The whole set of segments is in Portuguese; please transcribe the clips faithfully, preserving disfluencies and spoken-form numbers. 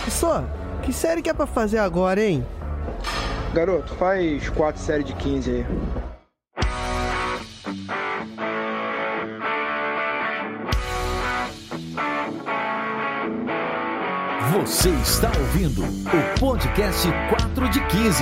Só, que série que é pra fazer agora, hein? Garoto, faz quatro séries de quinze aí. Você está ouvindo o podcast quatro de quinze.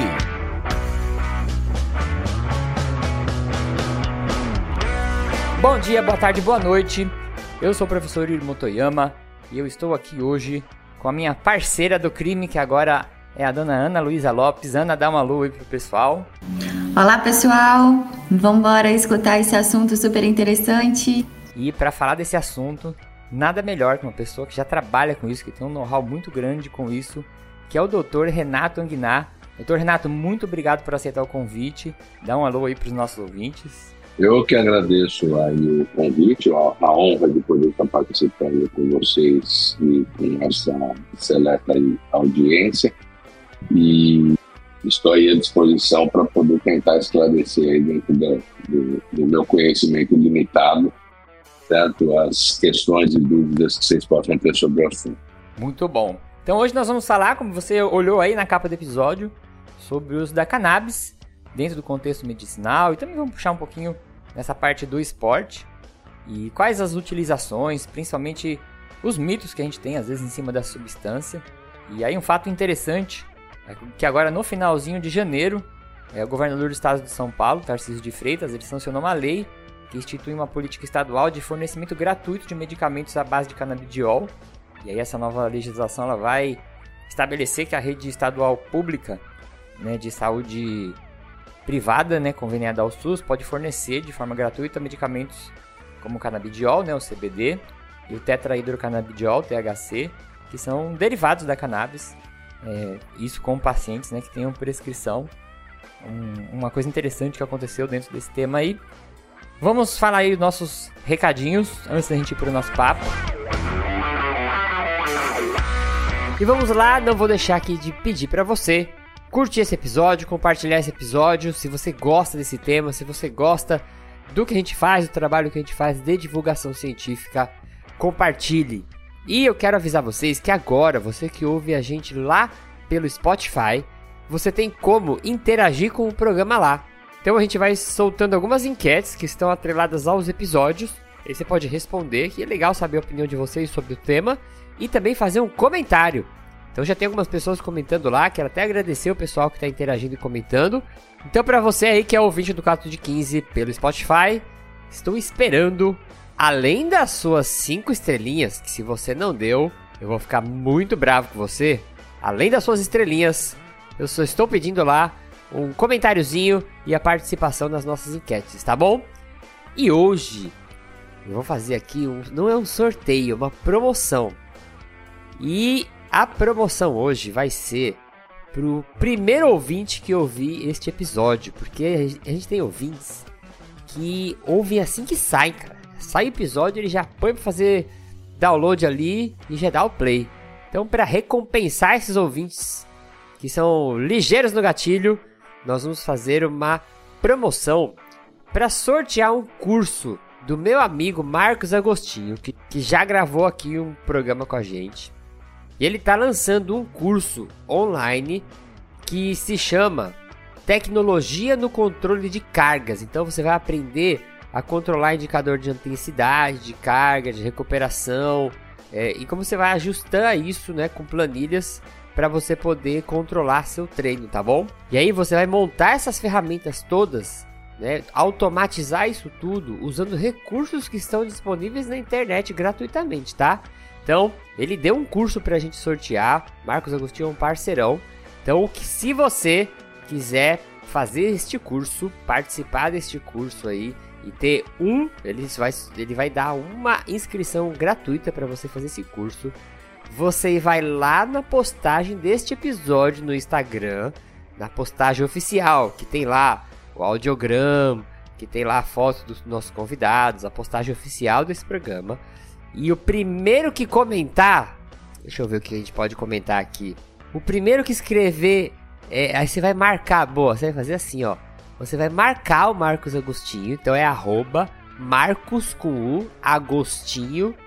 Bom dia, boa tarde, boa noite. Eu sou o professor Yuri Motoyama e eu estou aqui hoje com a minha parceira do crime, que agora é a dona Ana Luísa Lopes. Ana, dá uma alô aí pro pessoal. Olá, pessoal. Vamos embora escutar esse assunto super interessante. E para falar desse assunto, nada melhor que uma pessoa que já trabalha com isso, que tem um know-how muito grande com isso, que é o doutor Renato Anguinar. doutor Renato, muito obrigado por aceitar o convite. Dá um alô aí para os nossos ouvintes. Eu que agradeço aí o convite, a honra de poder estar participando com vocês e com essa seleta audiência. E estou aí à disposição para poder tentar esclarecer aí dentro do, do, do meu conhecimento limitado, certo? As questões e dúvidas que vocês possam ter sobre o assunto. Muito bom. Então hoje nós vamos falar, como você olhou aí na capa do episódio, sobre o uso da cannabis dentro do contexto medicinal, e também vamos puxar um pouquinho nessa parte do esporte e quais as utilizações, principalmente os mitos que a gente tem às vezes em cima da substância. E aí um fato interessante é que agora no finalzinho de janeiro, é, o governador do estado de São Paulo, Tarcísio de Freitas, ele sancionou uma lei que institui uma política estadual de fornecimento gratuito de medicamentos à base de canabidiol. E aí essa nova legislação ela vai estabelecer que a rede estadual pública, né, de saúde privada, né, conveniada ao SUS, pode fornecer de forma gratuita medicamentos como o canabidiol, né, o C B D, e o tetrahidrocanabidiol, T H C, que são derivados da cannabis, é, isso com pacientes, né, que tenham prescrição. Um, uma coisa interessante que aconteceu dentro desse tema aí. Vamos falar aí dos nossos recadinhos antes da gente ir para o nosso papo. E vamos lá, não vou deixar aqui de pedir para você curtir esse episódio, compartilhar esse episódio, se você gosta desse tema, se você gosta do que a gente faz, do trabalho que a gente faz de divulgação científica, compartilhe. E eu quero avisar vocês que agora, você que ouve a gente lá pelo Spotify, você tem como interagir com o programa lá. Então a gente vai soltando algumas enquetes que estão atreladas aos episódios, aí você pode responder, que é legal saber a opinião de vocês sobre o tema, e também fazer um comentário. Então já tem algumas pessoas comentando lá, quero até agradecer o pessoal que está interagindo e comentando. Então para você aí que é ouvinte do quatro de quinze pelo Spotify, estou esperando, além das suas cinco estrelinhas, que se você não deu, eu vou ficar muito bravo com você. Além das suas estrelinhas, eu só estou pedindo lá um comentáriozinho e a participação nas nossas enquetes, tá bom? E hoje eu vou fazer aqui, um, não é um sorteio, é uma promoção. E a promoção hoje vai ser pro primeiro ouvinte que ouvir este episódio, porque a gente tem ouvintes que ouvem assim que sai, cara. Sai o episódio, ele já põe pra fazer download ali e já dá o play. Então, para recompensar esses ouvintes que são ligeiros no gatilho, nós vamos fazer uma promoção para sortear um curso do meu amigo Marcos Agostinho, que, que já gravou aqui um programa com a gente. E ele está lançando um curso online que se chama Tecnologia no Controle de Cargas. Então você vai aprender a controlar indicador de intensidade, de carga, de recuperação, é, e como você vai ajustar isso, né, com planilhas para você poder controlar seu treino, tá bom? E aí você vai montar essas ferramentas todas, né, automatizar isso tudo usando recursos que estão disponíveis na internet gratuitamente, tá? Então, ele deu um curso pra gente sortear. Marcos Agostinho é um parceirão. Então, que se você quiser fazer este curso, participar deste curso aí e ter um, ele vai, ele vai dar uma inscrição gratuita para você fazer esse curso. Você vai lá na postagem deste episódio no Instagram, na postagem oficial, que tem lá o audiograma, que tem lá a foto dos nossos convidados, a postagem oficial desse programa. E o primeiro que comentar, deixa eu ver o que a gente pode comentar aqui. O primeiro que escrever, é, aí você vai marcar, boa, você vai fazer assim, ó. Você vai marcar o Marcos Agostinho, então é arroba Marcos com U, Agostinho,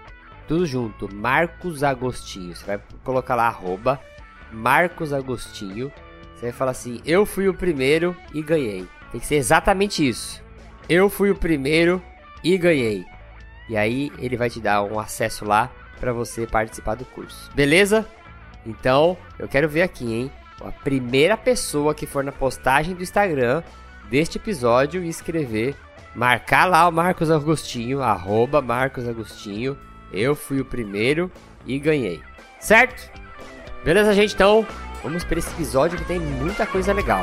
tudo junto, Marcos Agostinho. Você vai colocar lá, arroba Marcos Agostinho. Você vai falar assim, eu fui o primeiro e ganhei. Tem que ser exatamente isso. Eu fui o primeiro e ganhei. E aí ele vai te dar um acesso lá para você participar do curso. Beleza? Então, eu quero ver aqui, hein? A primeira pessoa que for na postagem do Instagram deste episódio e escrever, marcar lá o Marcos Agostinho, arroba Marcos Agostinho, eu fui o primeiro e ganhei. Certo? Beleza, gente? Então, vamos para esse episódio que tem muita coisa legal.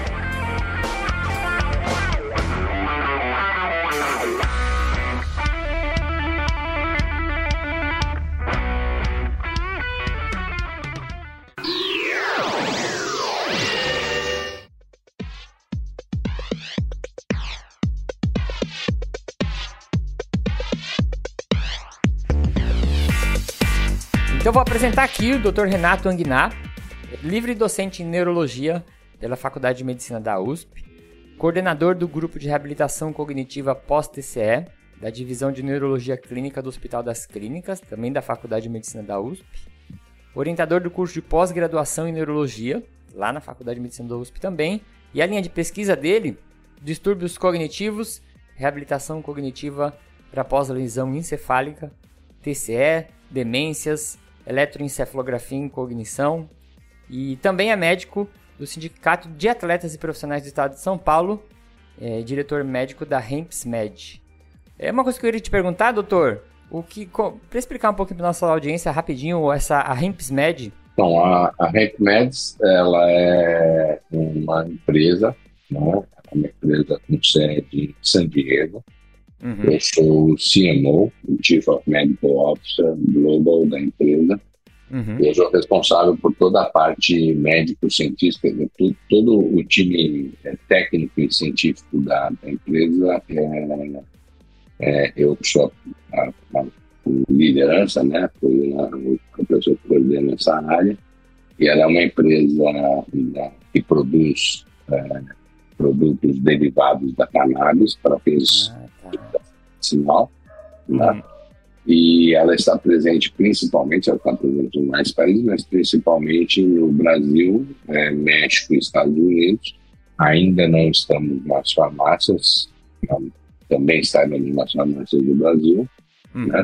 Então vou apresentar aqui o doutor Renato Anguiná, livre docente em Neurologia pela Faculdade de Medicina da U S P, coordenador do Grupo de Reabilitação Cognitiva pós-T C E, da Divisão de Neurologia Clínica do Hospital das Clínicas, também da Faculdade de Medicina da U S P, orientador do curso de pós-graduação em Neurologia, lá na Faculdade de Medicina da U S P também, e a linha de pesquisa dele, distúrbios cognitivos, reabilitação cognitiva para pós-lesão encefálica, T C E, demências, eletroencefalografia em cognição, e também é médico do Sindicato de Atletas e Profissionais do Estado de São Paulo, é diretor médico da HempsMed. É uma coisa que eu queria te perguntar, doutor, o que, para explicar um pouquinho para nossa audiência rapidinho, essa a HempsMed. Então, a, a HempsMed, ela é uma empresa, né? É uma empresa com sede em San Diego. Uhum. Eu sou o C M O, o Chief of Medical Officer Global da empresa. Uhum. Eu sou responsável por toda a parte médico-científica, todo, todo o time técnico e científico da, da empresa. É, é, eu sou a, a, a liderança, né? Fui a, a pessoa que coordena essa área. E ela é uma empresa da, que produz é, produtos derivados da cannabis para fins ah, tá. medicinal, né? Uhum. E ela está presente principalmente, ela está presente em mais países, mas principalmente no Brasil, é, México e Estados Unidos. Ainda não estamos nas farmácias, não, também estaremos nas farmácias do Brasil, uhum. né?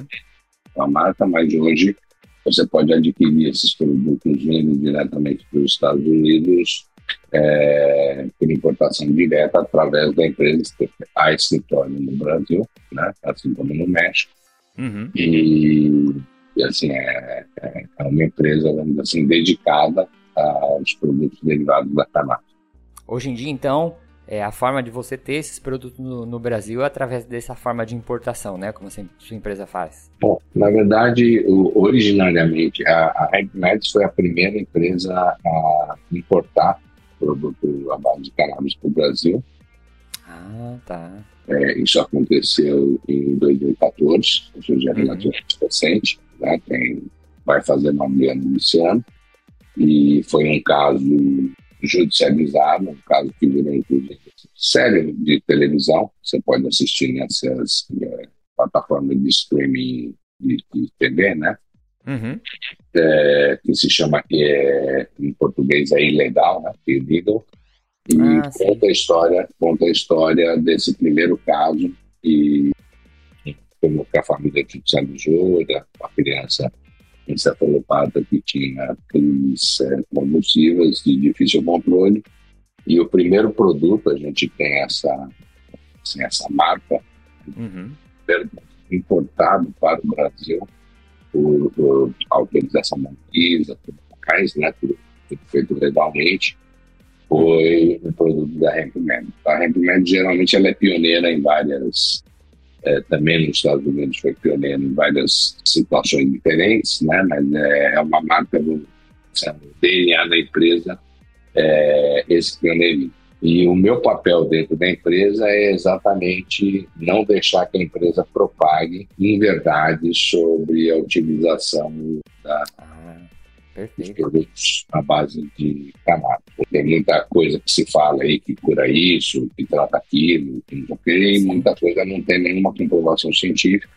A marca, mas hoje você pode adquirir esses produtos vindo diretamente para os Estados Unidos, É, por importação direta através da empresa que há escritório no Brasil, né, assim como no México. Uhum. E, e assim, é, é uma empresa, vamos dizer assim, dedicada aos produtos derivados da cannabis. Hoje em dia, então, é, a forma de você ter esses produtos no, no Brasil é através dessa forma de importação, né, como a sua empresa faz? Bom, na verdade, o, originariamente, a, a HempsMed foi a primeira empresa a importar produto à base de cannabis para o Brasil. Ah, tá. É, isso aconteceu em dois mil e quatorze, ou seja, é relativamente uhum. recente, né? Tem, vai fazer nove anos esse ano, e foi um caso judicializado, um caso que virou inclusive série de televisão, você pode assistir nessas é, plataformas de streaming de, de T V, né? Uhum. É, que se chama, é, em português é ilegal, né? Illegal, e ah, conta, a história, conta a história desse primeiro caso e como que a família judicializou, uma criança encefalopata que tinha crises é, convulsivas de difícil controle, e o primeiro produto, a gente tem essa, assim, essa marca, uhum. importado para o Brasil por, por autorização da Anvisa, por locais, né, tudo, tudo feito legalmente, foi o produto da HempsMed. A HempsMed geralmente ela é pioneira em várias, é, também nos Estados Unidos foi pioneira em várias situações diferentes, né, mas é, é uma marca do D N A da empresa, é, esse pioneirismo. E o meu papel dentro da empresa é exatamente não deixar que a empresa propague inverdades sobre a utilização da, ah, dos produtos à base de cannabis. Tem muita coisa que se fala aí que cura isso, que trata aquilo, que não sei, e muita coisa não tem nenhuma comprovação científica. O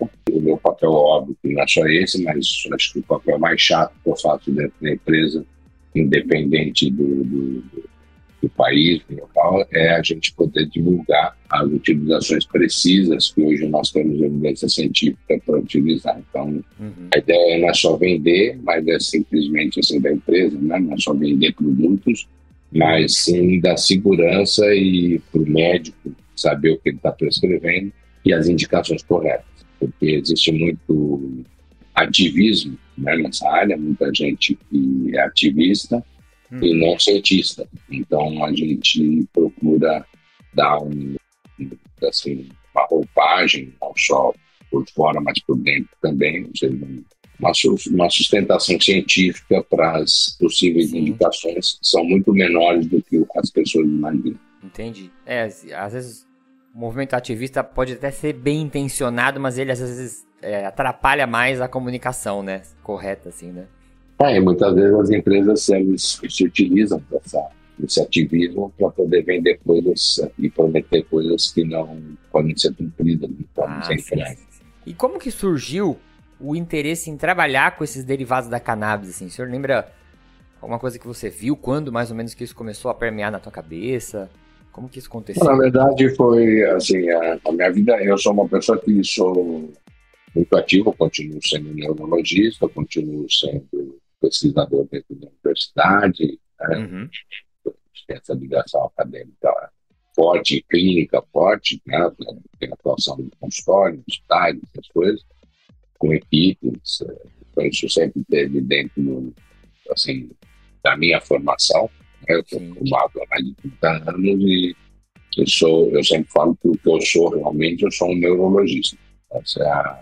meu papel, óbvio, que não é só esse, mas acho que o papel mais chato que eu faço dentro da empresa, independente do, do, do país, do local, é a gente poder divulgar as utilizações precisas que hoje nós temos evidência científica para utilizar. Então, uhum. a ideia não é só vender, mas é simplesmente assim da empresa, né? Não é só vender produtos, mas sim dar segurança e para o médico saber o que ele está prescrevendo e as indicações corretas, porque existe muito ativismo, né, nessa área, muita gente que é ativista hum. e não cientista. Então a gente procura dar um, assim, uma roupagem, não só por fora, mas por dentro também, ou seja, uma, uma sustentação científica para as possíveis Sim. indicações que são muito menores do que as pessoas imaginam. Entendi. É, às vezes o movimento ativista pode até ser bem intencionado, mas ele às vezes é, atrapalha mais a comunicação, né? Correta, assim, né? É, e muitas vezes as empresas eles, se utilizam dessa, desse ativismo para poder vender coisas e prometer coisas que não podem ser cumpridas, não podem ah, ser entregues. E como que surgiu o interesse em trabalhar com esses derivados da cannabis, assim? O senhor lembra alguma coisa que você viu? Quando mais ou menos que isso começou a permear na tua cabeça? Como que isso aconteceu? Na verdade, foi assim, a, a minha vida, eu sou uma pessoa que sou muito ativo, continuo sendo neurologista, continuo sendo pesquisador dentro da universidade, né? Uhum. Tem essa ligação acadêmica forte, clínica forte, né? Tem atuação no consultório, no hospital, essas coisas, com equipes, então isso sempre teve dentro, assim, da minha formação. Eu estou formado há mais de trinta anos e eu, sou, eu sempre falo que o que eu sou realmente, eu sou um neurologista. Essa é a,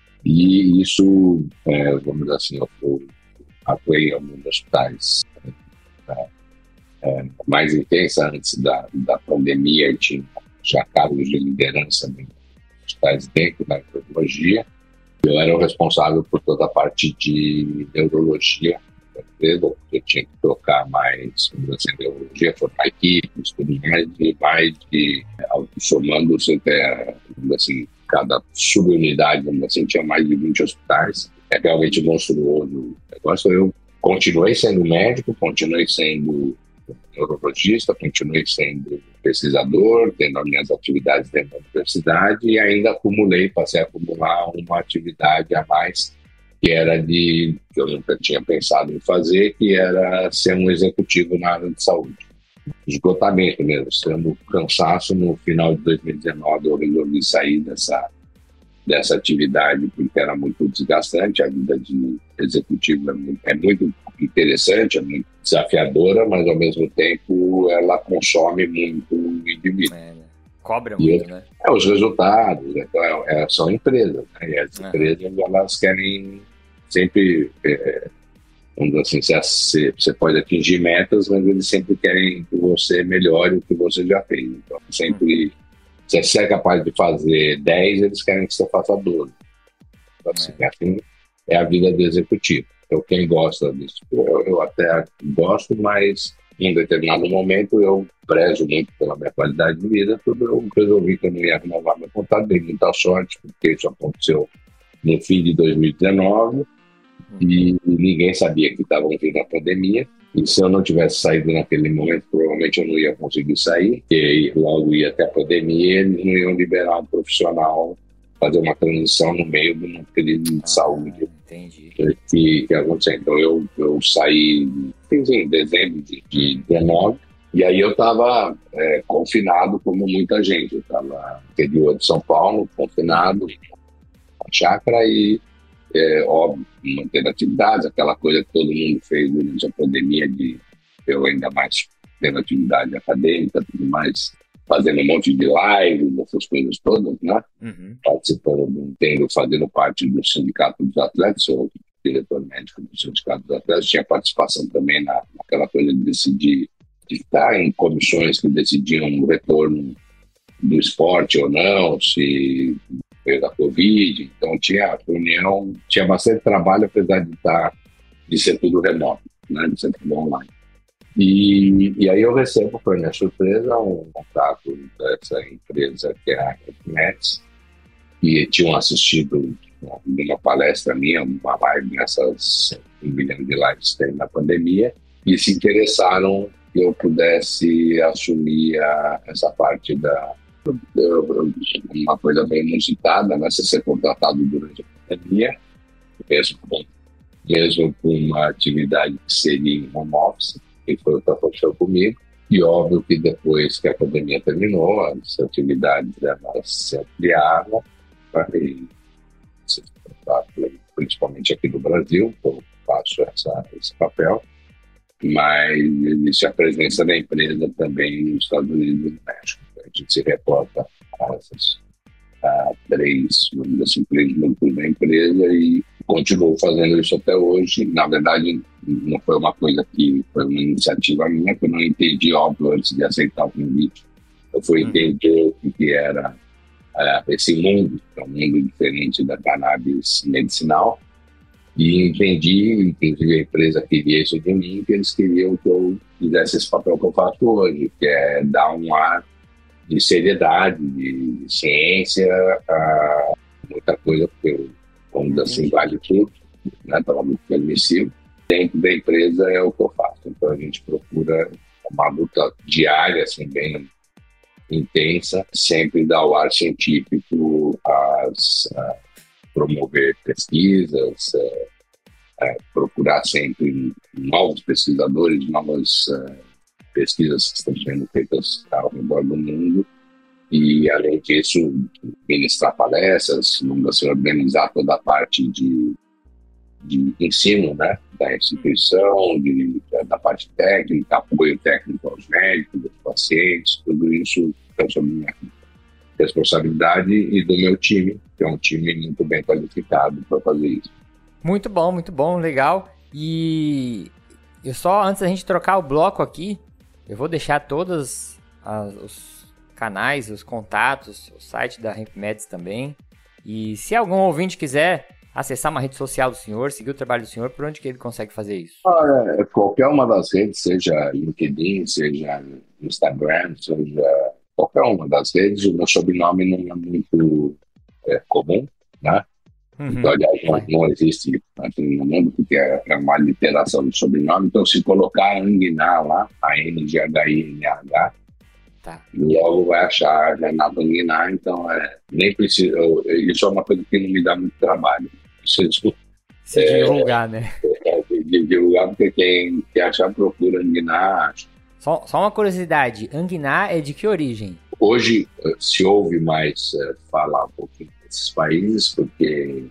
e isso, é, vamos dizer assim, eu, eu atuei em alguns hospitais é, é, mais intensa antes da, da pandemia, e tinha já cargos de liderança em hospitais dentro da neurologia. Eu era o responsável por toda a parte de neurologia. Eu tinha que tocar mais assim, neurologia, formar equipes, tudo mais, e mais de somando-se até, assim, cada subunidade, assim, tinha mais de vinte hospitais. É realmente monstruoso o negócio. Eu continuei sendo médico, continuei sendo neurologista, continuei sendo pesquisador, tendo as minhas atividades dentro da universidade e ainda acumulei, passei a acumular uma atividade a mais que era de, que eu nunca tinha pensado em fazer, que era ser um executivo na área de saúde. Esgotamento mesmo, sendo cansaço. No final de dois mil e dezenove eu resolvi sair dessa, dessa atividade porque era muito desgastante. A vida de executivo é muito, é muito interessante, é muito desafiadora, mas ao mesmo tempo ela consome muito o indivíduo. É, né? Cobra muito, e, né? É, os resultados, então, é, é, são empresas, né? E as é. empresas elas querem sempre, é, vamos dizer assim, você, você pode atingir metas, mas eles sempre querem que você melhore o que você já fez. Então, sempre, hum. se você é capaz de fazer dez, eles querem que você faça doze. Então, assim, é. assim, é a vida do executivo. Então, quem gosta disso, eu, eu até gosto, mas em determinado momento eu prezo muito pela minha qualidade de vida, tudo eu resolvi que eu não ia renovar meu contrato, dei muita sorte, porque isso aconteceu no fim de dois mil e dezenove e ninguém sabia que estava vindo a pandemia, e se eu não tivesse saído naquele momento, provavelmente eu não ia conseguir sair, e logo ia até a pandemia, eles não iam liberar um profissional fazer uma transição no meio de uma crise de ah, saúde entendi. Que, que aconteceu. Então eu, eu saí em dezembro de dezenove, e aí eu estava é, confinado como muita gente. Eu estava no interior de São Paulo, confinado, com chácara e, é, óbvio, mantendo atividades, aquela coisa que todo mundo fez durante a pandemia, de eu ainda mais tendo atividade acadêmica, tudo mais, fazendo um monte de lives, essas coisas todas, né? Uhum. Participando, tendo, fazendo parte do Sindicato dos Atletas, sou diretor médico do Sindicato dos Atletas, tinha participação também na, naquela coisa de decidir, de estar em comissões que decidiam o retorno do esporte ou não, se veio da Covid, então tinha reunião, tinha bastante trabalho, apesar de estar, de ser tudo remoto, né? De ser tudo online. E, e aí eu recebo, foi minha surpresa, um contato dessa empresa que é a Mets, que tinham assistido uma palestra minha, uma live nessas um milhão de lives que tem na pandemia, e se interessaram que eu pudesse assumir a, essa parte da, uma coisa bem inusitada, né? Você ser contratado durante a pandemia, mesmo com, mesmo com uma atividade que seria em home office, que foi o que aconteceu comigo. E óbvio que depois que a pandemia terminou, as atividades elas se ampliaram, e, principalmente aqui no Brasil, eu faço essa, esse papel, mas existe a presença da empresa também nos Estados Unidos e no México. A gente se reporta a essas a três, vamos dizer assim, três núcleos da empresa e continuo fazendo isso até hoje. Na verdade, não foi uma coisa que foi uma iniciativa minha, que eu não entendi, óbvio, antes de aceitar o convite. Eu fui entender o que era uh, esse mundo, que é um mundo diferente da cannabis medicinal, e entendi, inclusive a empresa queria isso de mim, que eles queriam que eu fizesse esse papel que eu faço hoje, que é dar um ar de seriedade, de ciência, uh, muita coisa, porque eu, vamos dizer assim, vale tudo, né, estava muito permissivo. Dentro da empresa é o que eu faço, então a gente procura uma luta diária, assim, bem intensa, sempre dar o ar científico, as, uh, promover pesquisas, uh, uh, procurar sempre novos pesquisadores, novas uh, pesquisas que estão sendo feitas ao redor do mundo, e além disso ministrar palestras, assim, organizar toda a parte de, de ensino, né, da instituição, de, da parte técnica, apoio técnico aos médicos, aos pacientes, tudo isso é sobre minha responsabilidade e do meu time, que é um time muito bem qualificado para fazer isso. Muito bom, muito bom, legal. E eu só, antes da gente trocar o bloco aqui, eu vou deixar todos as, os canais, os contatos, o site da HempMeds também. E se algum ouvinte quiser acessar uma rede social do senhor, seguir o trabalho do senhor, por onde que ele consegue fazer isso? Ah, é, qualquer uma das redes, seja LinkedIn, seja Instagram, seja qualquer uma das redes. O meu sobrenome não é muito é, comum, né? Uhum. Então, aliás, não, não existe assim, no mundo, porque é, é uma literação do sobrenome. Então, se colocar Anguinar lá, A N G H I N H, tá, logo vai achar Renato Anguinar. Então, é, nem preciso. Eu, isso é uma coisa que não me dá muito trabalho. Preciso se é, divulgar, né? É, de divulgar, porque quem, quem achar procura Anguinar, acha. Só, só uma curiosidade: Anguinar é de que origem? Hoje se ouve mais uh, falar um pouquinho desses países, porque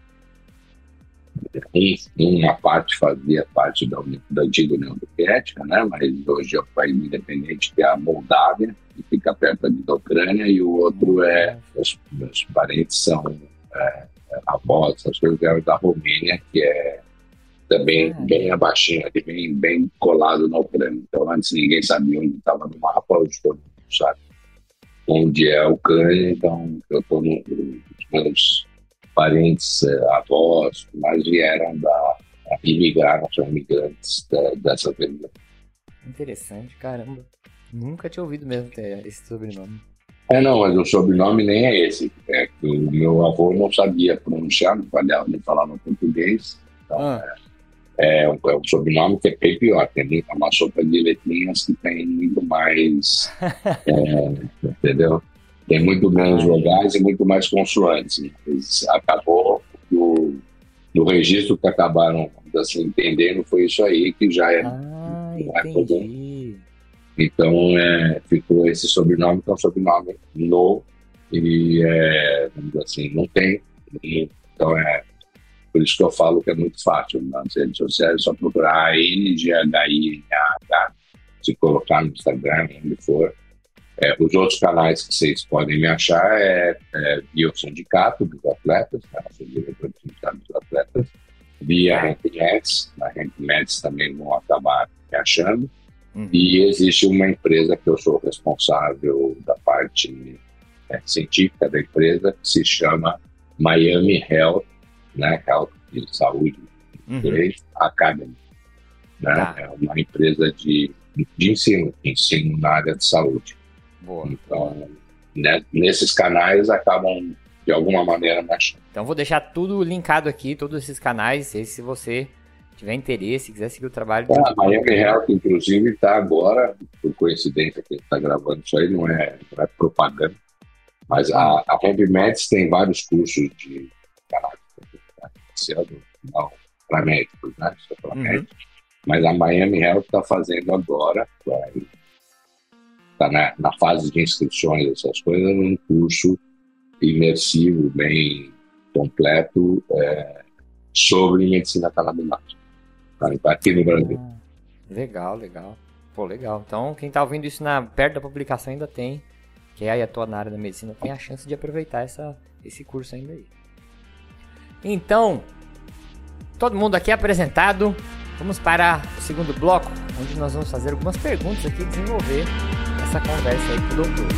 um, uma parte fazia parte da, da antiga União Soviética, né? Mas hoje é um país independente, que é a Moldávia, que fica perto ali da Ucrânia, e o outro é, os meus parentes são é, avós, essas coisas, é da Romênia, que é também ah, bem abaixinho, ali, bem, bem colado na Ucrânia. Então antes ninguém sabia onde estava no mapa, hoje todo mundo sabe onde é a Ucrânia. Então eu estou nos meus parentes, avós, mas vieram da imigraram, são imigrantes da, dessa região. Interessante, caramba. Nunca tinha ouvido mesmo ter esse sobrenome. É, não, mas o sobrenome nem é esse. É que o meu avô não sabia pronunciar, não falava, não falava português. Então, ah. é, é, um, é um sobrenome que é bem pior. Tem uma sopa de letrinhas que tem muito mais... é, entendeu? Tem muito menos vogais e muito mais consoantes. Mas acabou no, no registro que acabaram assim, entendendo, foi isso aí, que já é... Ah, entendi. Então, é, ficou esse sobrenome, que é um sobrenome novo, e, é, assim, não tem. Então, é por isso que eu falo que é muito fácil. Nas redes sociais é só procurar A N G H I N H, se colocar no Instagram, onde for. É, os outros canais que vocês podem me achar é, é via o Sindicato dos Atletas, né? Eu sou diretor do Sindicato dos Atletas, via a HempMeds, a HempMeds também vão acabar me achando. Uhum. E existe uma empresa que eu sou responsável da parte é, científica da empresa, que se chama Miami Health, né, Health de Saúde, uhum. Academy. Né? Ah. É uma empresa de, de ensino, ensino na área de saúde. Boa. Então, né, nesses canais acabam de alguma maneira me achar. Então vou deixar tudo linkado aqui, todos esses canais, e se você tiver interesse, quiser seguir o trabalho... É, a Miami Health, inclusive, está agora, por coincidência que a gente está gravando isso aí, não é, não é propaganda, mas a, a Heavy Meds tem vários cursos de cannabis, não para médicos, né? Só para uhum. médicos. Mas a Miami Health está fazendo agora, está na, na fase de inscrições, essas coisas, um curso imersivo, bem completo, é, sobre medicina canabinática. Tá aqui no Brasil. Ah, legal, legal. Pô, legal. Então, quem está ouvindo isso na, perto da publicação ainda tem, que é aí atua na área da medicina, tem a chance de aproveitar essa, esse curso ainda aí. Então, todo mundo aqui apresentado. Vamos para o segundo bloco, onde nós vamos fazer algumas perguntas aqui e desenvolver essa conversa aí com o doutor.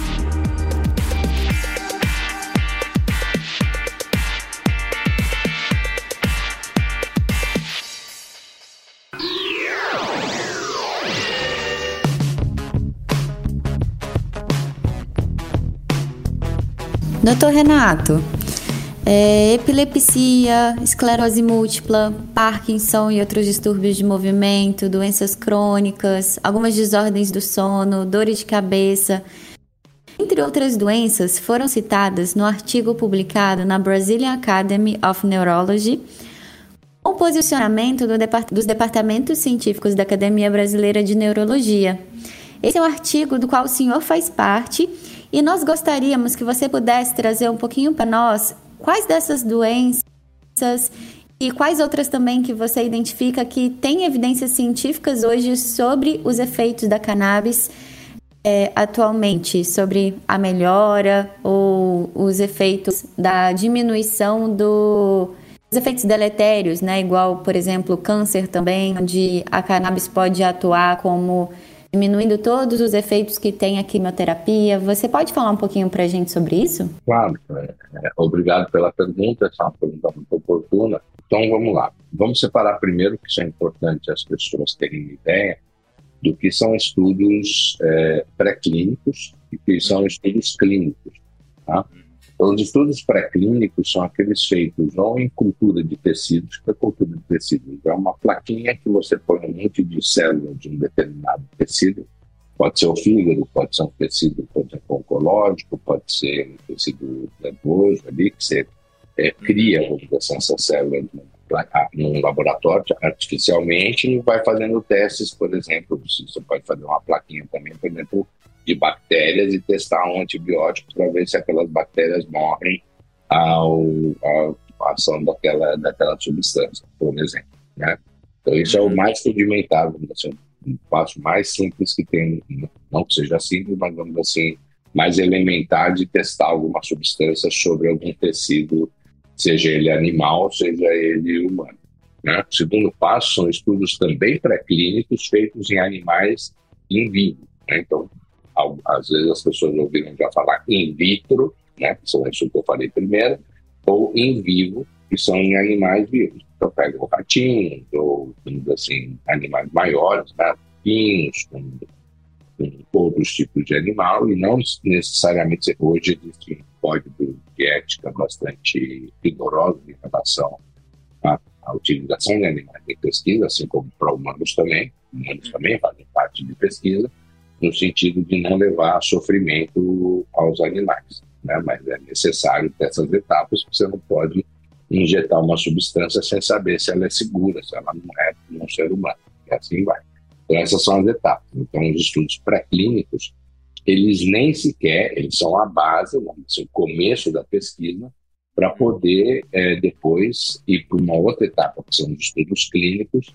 doutor Renato, é, epilepsia, esclerose múltipla, Parkinson e outros distúrbios de movimento, doenças crônicas, algumas desordens do sono, dores de cabeça, entre outras doenças, foram citadas no artigo publicado na Brazilian Academy of Neurology, com o posicionamento do depart- dos departamentos científicos da Academia Brasileira de Neurologia. Esse é um artigo do qual o senhor faz parte e nós gostaríamos que você pudesse trazer um pouquinho para nós quais dessas doenças e quais outras também que você identifica que tem evidências científicas hoje sobre os efeitos da cannabis é, atualmente, sobre a melhora ou os efeitos da diminuição do, dos efeitos deletérios, né? Igual, por exemplo, o câncer também, onde a cannabis pode atuar como diminuindo todos os efeitos que tem a quimioterapia. Você pode falar um pouquinho para a gente sobre isso? Claro, é, é, obrigado pela pergunta, essa é uma pergunta muito oportuna. Então vamos lá, vamos separar primeiro, que isso é importante as pessoas terem uma ideia do que são estudos é, pré-clínicos e que são estudos clínicos. Tá? Então, os estudos pré-clínicos são aqueles feitos ou em cultura de tecidos, que é cultura de tecidos, é uma plaquinha que você põe um monte de células de um determinado tecido, pode ser o fígado, pode ser um tecido, por exemplo, oncológico, pode ser um tecido nervoso ali, que você é, cria, vamos dizer assim, essas células num laboratório artificialmente e vai fazendo testes, por exemplo, você pode fazer uma plaquinha também, por exemplo, de bactérias e testar um antibiótico para ver se aquelas bactérias morrem ao, à ação daquela, daquela substância, por exemplo. Né? Então, isso é o mais rudimentar, assim, um passo mais simples que tem, não que seja simples, mas vamos assim, mais elementar de testar alguma substância sobre algum tecido, seja ele animal, seja ele humano. Né? O segundo passo são estudos também pré-clínicos feitos em animais in vivo. Né? Então, às vezes as pessoas ouviram já falar in vitro, né, que são isso que eu falei primeiro, ou in vivo, que são em animais vivos. Então pega ratinhos, ou assim, animais maiores, né, pinhos, com, com outros tipos de animal, e não necessariamente hoje existe um código de ética bastante rigoroso em relação à, à utilização de animais em pesquisa, assim como para humanos também, humanos também fazem parte de pesquisa, no sentido de não levar sofrimento aos animais, né? Mas é necessário ter essas etapas, porque você não pode injetar uma substância sem saber se ela é segura, se ela não é um ser humano, e assim vai. Então essas são as etapas. Então os estudos pré-clínicos, eles nem sequer, eles são a base, vamos dizer, o começo da pesquisa, para poder é, depois ir para uma outra etapa, que são os estudos clínicos,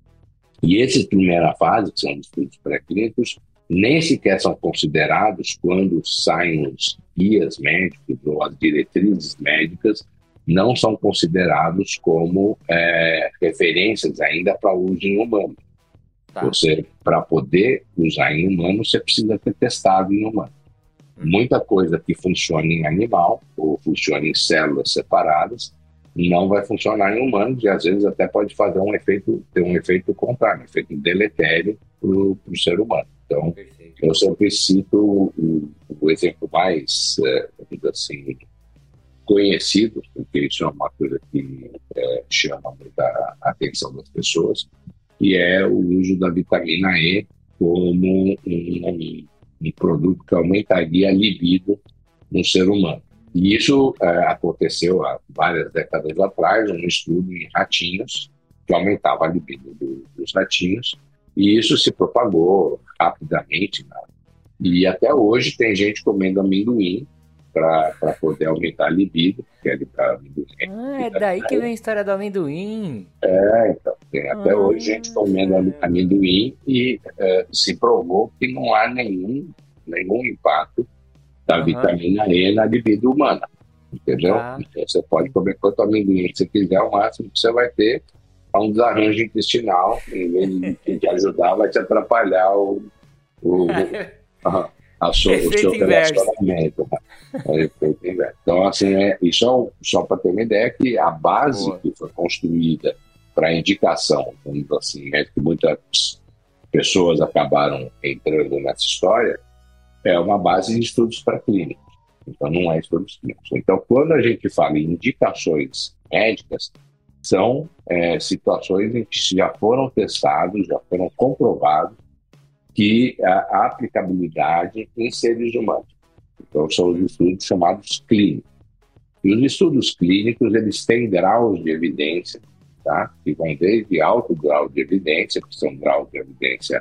e essa primeira fase, que são os estudos pré-clínicos, nem sequer são considerados quando saem os guias médicos ou as diretrizes médicas, não são considerados como é, referências ainda para uso em humano. Tá. Você, para poder usar em humano, você precisa ter testado em humano. Hum. Muita coisa que funciona em animal ou funciona em células separadas não vai funcionar em humanos e às vezes até pode fazer um efeito, ter um efeito contrário, um efeito deletério para o ser humano. Então, perfeito. Eu sempre cito o, o exemplo mais, é, assim, conhecidos, porque isso é uma coisa que é, chama muita atenção das pessoas, que é o uso da vitamina E como um, um, um produto que aumentaria a libido no ser humano. E isso é, aconteceu há várias décadas atrás, um estudo em ratinhos, que aumentava a libido do, dos ratinhos, e isso se propagou rapidamente, né? E até hoje tem gente comendo amendoim para poder aumentar a libido, que é para amendoim. Ah, é daí que vem a história do amendoim. É, então, tem até ah. hoje gente comendo amendoim e é, se provou que não há nenhum, nenhum impacto da uhum. vitamina E na libido humana, entendeu? Ah. Então você pode comer quanto amendoim que você quiser, o máximo que você vai ter é um desarranjo intestinal, em vez de te ajudar, vai te atrapalhar o, o, a, a so, o seu relacionamento. É, então, assim, é, isso é só para ter uma ideia que a base Boa. que foi construída para indicação, vamos dizer assim, é que muitas pessoas acabaram entrando nessa história, é uma base de estudos pré-clínicos. Então, não é estudos clínicos. Então, quando a gente fala em indicações médicas, são é, situações em que já foram testados, já foram comprovados que a, a aplicabilidade em seres humanos. Então, são os estudos chamados clínicos. E os estudos clínicos, eles têm graus de evidência, tá? Que vão desde alto grau de evidência, que são graus de evidência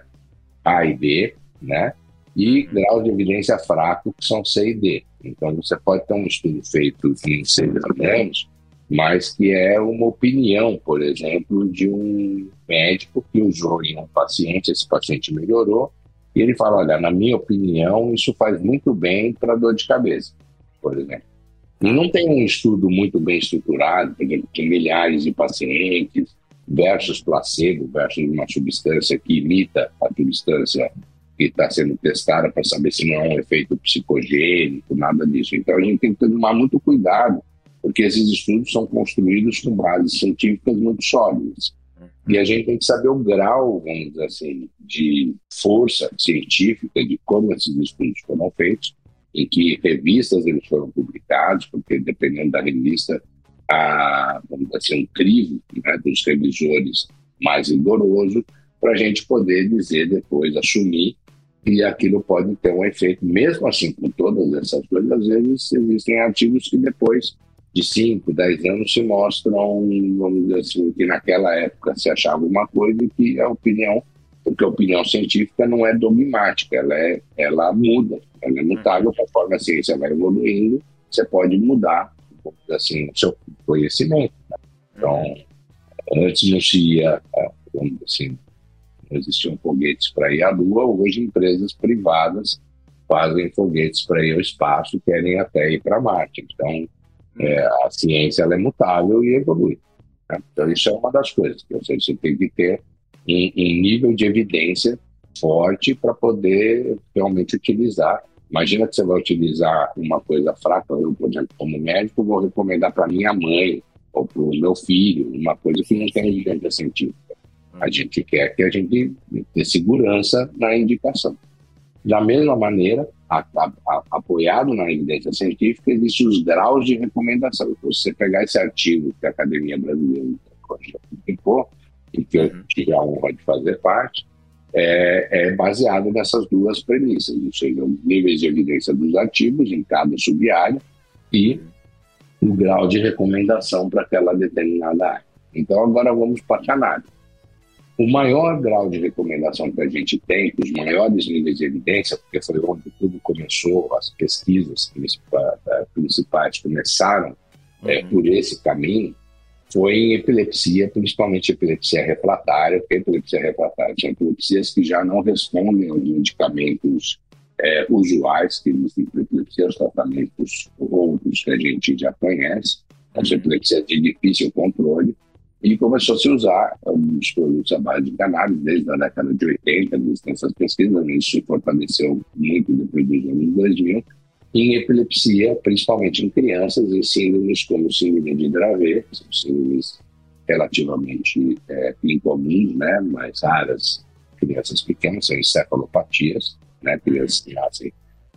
A e B, né? E graus de evidência fraco, que são C e D. Então, você pode ter um estudo feito em seres humanos, mas que é uma opinião, por exemplo, de um médico que usou em um paciente, esse paciente melhorou, e ele fala, olha, na minha opinião, isso faz muito bem para dor de cabeça, por exemplo. E não tem um estudo muito bem estruturado, por exemplo, com milhares de pacientes, versus placebo, versus uma substância que imita a substância que está sendo testada para saber se não é um efeito psicogênico, nada disso. Então, a gente tem que tomar muito cuidado, porque esses estudos são construídos com bases científicas muito sólidas. E a gente tem que saber o grau, vamos dizer assim, de força científica de como esses estudos foram feitos, em que revistas eles foram publicados, porque dependendo da revista, há, vamos dizer assim, um crivo, né, dos revisores mais rigoroso, para a gente poder dizer depois, assumir que aquilo pode ter um efeito. Mesmo assim, com todas essas coisas, às vezes existem artigos que depois de cinco, dez anos se mostram, vamos dizer assim, que naquela época se achava uma coisa e que a opinião, porque a opinião científica não é dogmática, ela, é, ela muda, ela é mutável, conforme a ciência vai evoluindo, você pode mudar, vamos dizer assim, o seu conhecimento. Né? Então, antes não se ia, vamos dizer assim, não existiam foguetes para ir à Lua, hoje empresas privadas fazem foguetes para ir ao espaço, querem até ir para Marte. Então, É, a ciência ela é mutável e evolui. Né? Então, isso é uma das coisas que você, você tem que ter um, um nível de evidência forte para poder realmente utilizar. Imagina que você vai utilizar uma coisa fraca, eu, por exemplo, como médico, vou recomendar para minha mãe ou para o meu filho, uma coisa que não tem evidência científica. A gente quer que a gente tenha segurança na indicação. Da mesma maneira, a, a, a, apoiado na evidência científica, existem os graus de recomendação. Então, se você pegar esse artigo que a Academia Brasileira já publicou, e que eu tive a honra de fazer parte, é, é baseado nessas duas premissas, ou seja, os níveis de evidência dos artigos em cada sub-área e o grau de recomendação para aquela determinada área. Então, agora vamos para a cannabis. O maior grau de recomendação que a gente tem, os maiores níveis de evidência, porque foi onde tudo começou, as pesquisas principais começaram uhum. é, por esse caminho, foi em epilepsia, principalmente epilepsia refratária, porque a epilepsia refratária são epilepsias que já não respondem aos medicamentos é, usuais, que existem epilepsia, os tratamentos outros que a gente já conhece, as epilepsias de difícil controle, e começou a se usar os produtos à base de cannabis desde a década de oitenta, existem essas pesquisas, isso se fortaleceu muito depois dos anos dois mil, em epilepsia, principalmente em crianças, em síndromes como síndrome de Dravet, são síndromes relativamente é, incomuns, né, mais raras, crianças pequenas, são encefalopatias, né, crianças que nascem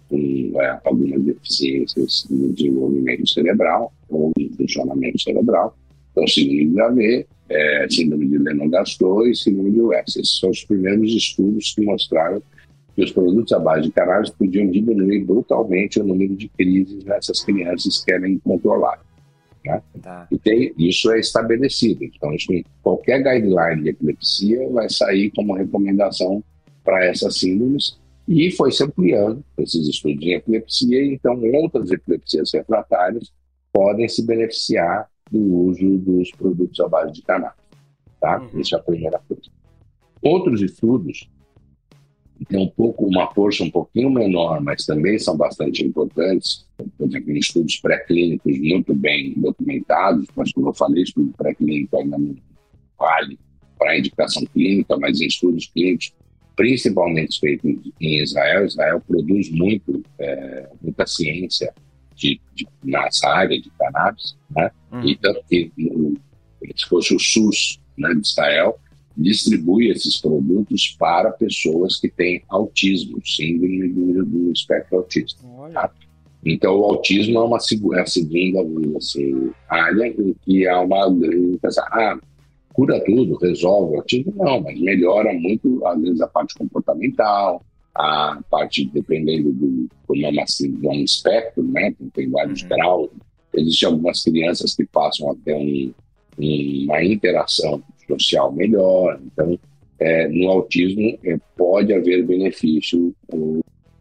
com é, algumas deficiências no desenvolvimento cerebral ou no funcionamento cerebral. Então, síndrome de Dravet, é, síndrome de Lennox-Gastaut e síndrome de West. Esses são os primeiros estudos que mostraram que os produtos à base de cannabis podiam diminuir brutalmente o número de crises nessas crianças que querem controlar. Né? Tá. E tem, isso é estabelecido. Então, isso, qualquer guideline de epilepsia vai sair como recomendação para essas síndromes, e foi se ampliando esses estudos em epilepsia, e então outras epilepsias refratárias podem se beneficiar do uso dos produtos à base de cannabis. Tá? Uhum. Isso é a primeira coisa. Outros estudos têm um pouco, uma força um pouquinho menor, mas também são bastante importantes. Por exemplo, em estudos pré-clínicos muito bem documentados, mas como eu falei, estudo pré-clínico ainda não vale para a indicação clínica, mas em estudos clínicos, principalmente feitos em Israel, Israel produz muito, é, muita ciência de, de, nessa área de cannabis, né? Hum. E tanto que, se fosse o SUS, né, de Israel, distribui esses produtos para pessoas que têm autismo, síndrome do, do espectro autista. Tá? Então, o autismo é uma é a segunda assim, área em que há uma grande coisa. Ah, cura tudo, resolve o autismo? Não, mas melhora muito, às vezes, a parte comportamental, a parte, dependendo do, como é um espectro, né? Tem vários uhum. graus. Existem algumas crianças que passam a ter um, uma interação social melhor. Então, é, no autismo, é, pode haver benefício com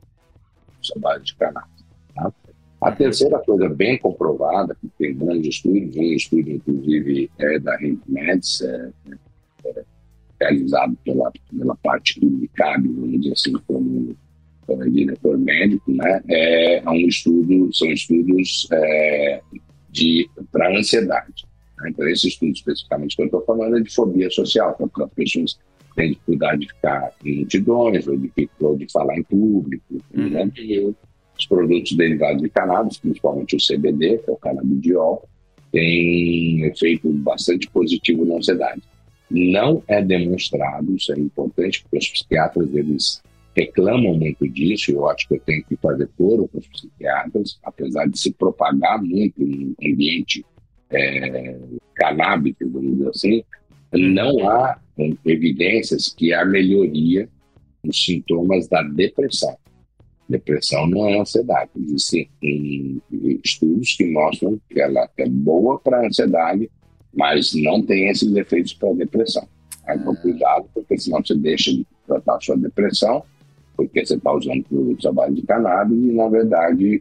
a base de cannabis. Tá? A terceira coisa bem comprovada, que tem grandes estudos, um estudo, inclusive, é da RedMeds, é, é, realizado pela, pela parte do I C A B, vamos dizer assim, como, como diretor médico, né? É, é um estudo, são estudos é, para ansiedade. Né? Então, esse estudo especificamente que eu estou falando é de fobia social, então, para pessoas que têm dificuldade de ficar em multidões ou de, ou de falar em público, uhum. né? E os produtos derivados de cannabis, principalmente o C B D, que é o canabidiol, tem efeito bastante positivo na ansiedade. Não é demonstrado, isso é importante, porque os psiquiatras eles reclamam muito disso, e eu acho que eu tenho que fazer coro com os psiquiatras, apesar de se propagar muito no ambiente é, canábico, vamos dizer assim, não há evidências que há melhoria nos sintomas da depressão. Depressão não é ansiedade. Existem estudos que mostram que ela é boa para a ansiedade, mas não tem esses efeitos para a depressão. Então, cuidado, porque senão você deixa de tratar a sua depressão, porque você está usando produtos à base de cannabis e, na verdade,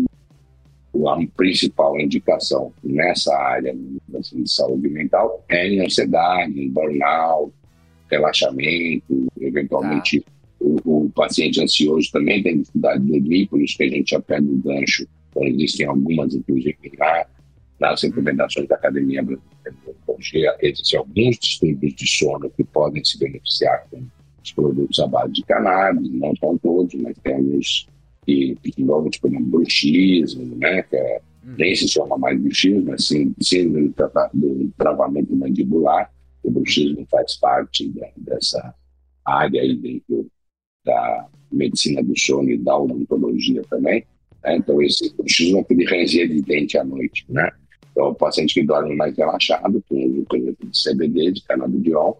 a principal indicação nessa área assim, de saúde mental é em ansiedade, em burnout, relaxamento, eventualmente... Ah. O, o paciente ansioso também tem dificuldade de dormir, por isso que a gente já pega o gancho. Então, existem algumas, inclusive, lá, nas recomendações da Academia Brasileira de Neurologia, existem alguns distúrbios de sono que podem se beneficiar com os produtos à base de cannabis, não são todos, mas tem alguns que, logo, tipo, um bruxismo, né, que é, nem se chama mais bruxismo, mas sim, sim do, do travamento mandibular. O bruxismo faz parte da, dessa área aí dentro da medicina do sono e da odontologia também, né? Então esse bruxismo é aquele ranger de dente à noite, né? Então o paciente que dorme mais relaxado, com o de C B D, de canabidiol,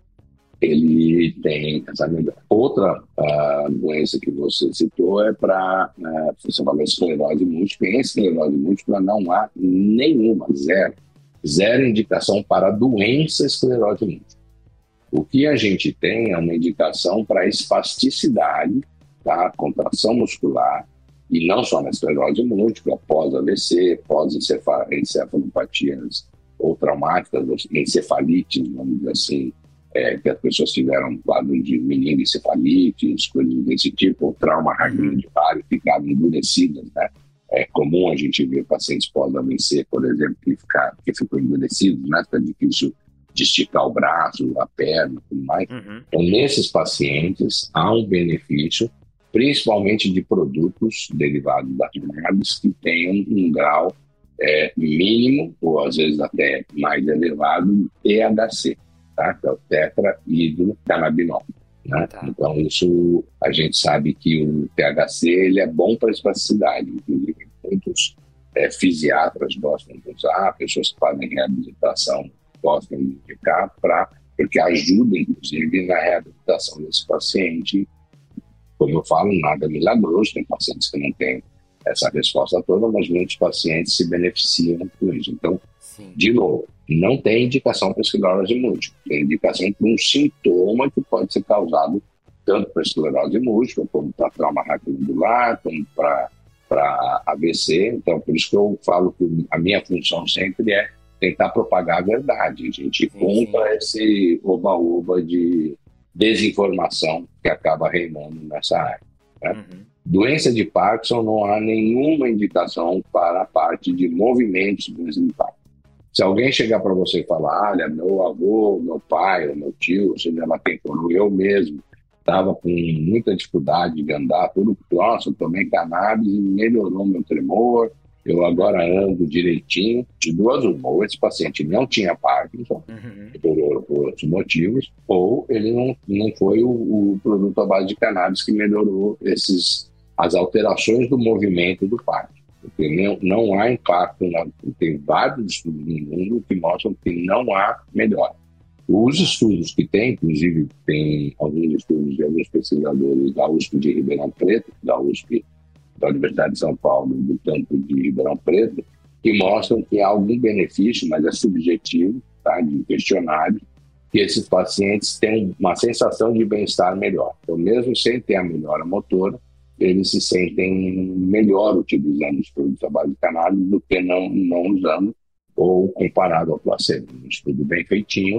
ele tem essa melhora. Outra uh, doença que você citou é para, uh, você falou esclerose múltipla. Em esclerose múltipla não há nenhuma, zero, zero indicação para doença esclerose múltipla. O que a gente tem é uma indicação para espasticidade, tá? Contração muscular, e não só na esclerose múltipla, pós-A V C, pós-encefalopatias ou traumáticas, ou encefalites, vamos dizer assim, é, que as pessoas tiveram um quadro de meningoencefalites, coisas desse tipo, ou trauma radicular, ficaram endurecidas, né? É comum a gente ver pacientes pós-A V C, por exemplo, que, ficar, que ficam endurecidos, né? Fica difícil de esticar o braço, a perna, tudo mais. Uhum. Então, nesses pacientes, há um benefício, principalmente de produtos derivados da cannabis que tenham um grau é, mínimo, ou às vezes até mais elevado, de T H C, tá? Que é o tetrahidrocannabinol. Né? Tá. Então, isso a gente sabe que o T H C ele é bom para a espasticidade. Inclusive, muitos é, fisiatras gostam de usar, pessoas que fazem reabilitação gostam de indicar, pra, porque ajuda, inclusive, na reabilitação desse paciente. Como eu falo, nada milagroso, tem pacientes que não têm essa resposta toda, mas muitos pacientes se beneficiam com isso. Então, Sim. de novo, não tem indicação para esclerose múltipla, tem indicação para um sintoma que pode ser causado tanto para esclerose múltipla, como para trauma radicular, como para A V C. Então, por isso que eu falo que a minha função sempre é tentar propagar a verdade. A gente compra esse oba-oba de desinformação que acaba reinando nessa área. Né? Uhum. Doença de Parkinson, não há nenhuma indicação para a parte de movimentos do doença de Parkinson. Se alguém chegar para você e falar, olha, meu avô, meu pai, meu tio, ou seja, ela tem como eu mesmo, estava com muita dificuldade de andar, tudo, nossa, eu tomei cannabis e melhorou meu tremor, eu agora ando direitinho, de duas uma, ou esse paciente não tinha Parkinson, uhum. por, por outros motivos, ou ele não, não foi o, o produto à base de cannabis que melhorou esses, as alterações do movimento do Parkinson. Porque não, não há impacto, na, tem vários estudos no mundo que mostram que não há melhora. Os estudos que tem, inclusive tem alguns estudos de alguns pesquisadores da U S P de Ribeirão Preto, da U S P da Universidade de São Paulo, do campo de Ribeirão Preto, que mostram que há algum benefício, mas é subjetivo, tá, de questionário, que esses pacientes têm uma sensação de bem-estar melhor. Então, mesmo sem ter a melhora motora, eles se sentem melhor utilizando os produtos à base de cannabis do que não, não usando, ou comparado ao placebo. Um estudo bem feitinho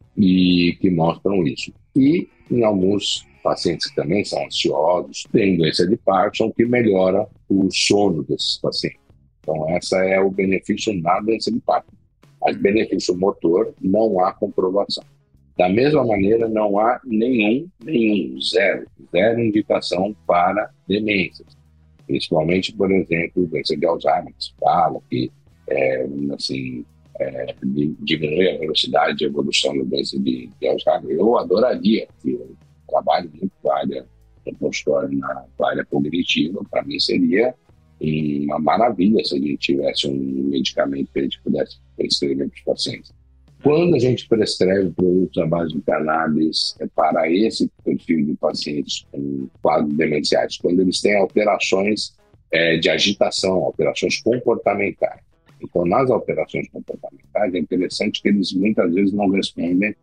e que mostram isso. E em alguns pacientes que também são ansiosos, tem doença de Parkinson que melhora o sono desses pacientes. Então, esse é o benefício na doença de Parkinson. Mas benefício motor, não há comprovação. Da mesma maneira, não há nenhum, nenhum, zero, zero indicação para demências. Principalmente, por exemplo, doença de Alzheimer, que se fala que é, assim, é, diminui a velocidade de evolução da doença de, de Alzheimer. Eu adoraria, porque eu trabalho muito com a área no consultório, na área cognitiva. Para mim seria uma maravilha se a gente tivesse um medicamento que a gente pudesse prescrever para os pacientes. Quando a gente prescreve produtos à base de cannabis é para esse perfil de pacientes com quadros demenciais, quando eles têm alterações é, de agitação, alterações comportamentais. Então, nas alterações comportamentais, é interessante que eles muitas vezes não respondem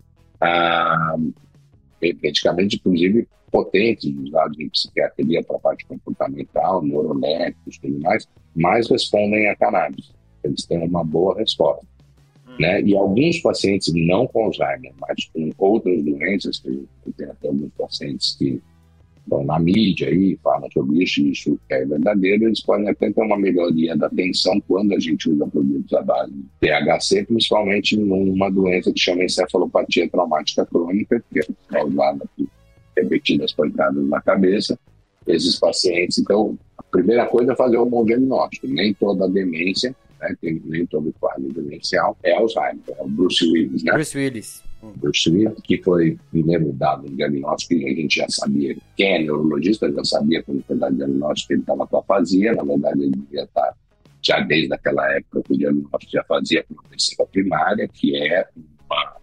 a medicamentos, inclusive potentes, usados em psiquiatria para a parte comportamental, neuroléticos e tudo mais, mas respondem a cannabis. Eles têm uma boa resposta. Né? E alguns pacientes não com Alzheimer, mas com outras doenças, que tem até alguns pacientes que estão na mídia e falam sobre isso, e isso é verdadeiro, eles podem até ter uma melhoria da atenção quando a gente usa produtos à base de T H C, principalmente numa doença que chama encefalopatia traumática crônica, que é causada por repetidas pancadas na cabeça. Esses pacientes, então, a primeira coisa é fazer um bom diagnóstico. Nem toda demência, né, tem, nem todo quadro demencial é Alzheimer, é o Bruce Willis, né? Bruce Willis. Hum. Bruce Willis, que foi primeiro dado um diagnóstico que a gente já sabia, quem é neurologista já sabia quando foi dado o diagnóstico que ele estava com afasia, na verdade ele devia estar já desde aquela época que o diagnóstico já fazia progressiva primária, que é uma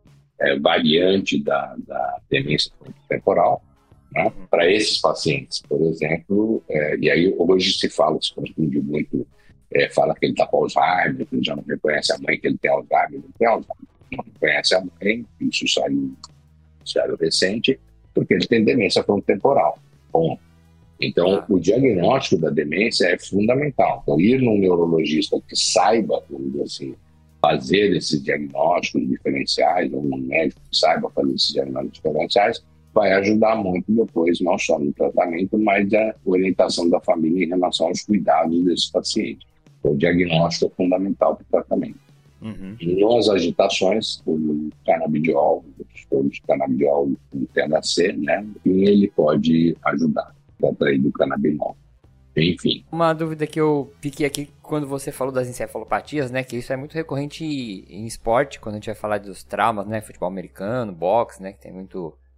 é, variante da, da demência temporal. Né? Uhum. Para esses pacientes, por exemplo, é, e aí hoje se fala, se confunde muito, é, fala que ele está com Alzheimer, que ele já não reconhece a mãe, que ele tem Alzheimer, não tem Alzheimer, não reconhece a mãe, isso saiu, saiu recente, porque ele tem demência frontotemporal. Bom, então ah. o diagnóstico da demência é fundamental. Então, ir num neurologista que saiba, vamos dizer assim, fazer esses diagnósticos diferenciais, ou um médico que saiba fazer esses diagnósticos diferenciais, vai ajudar muito depois, não só no tratamento, mas a orientação da família em relação aos cuidados desse paciente. Então, o diagnóstico é fundamental para o tratamento. Uhum. Nas agitações, o canabidiol, os produtos de canabidiol, o T H C, né, e ele pode ajudar, contraído canabinol. Enfim. Uma dúvida que eu fiquei aqui quando você falou das encefalopatias, né, que isso é muito recorrente em esporte, quando a gente vai falar dos traumas, né, futebol americano, boxe, né, que tem muito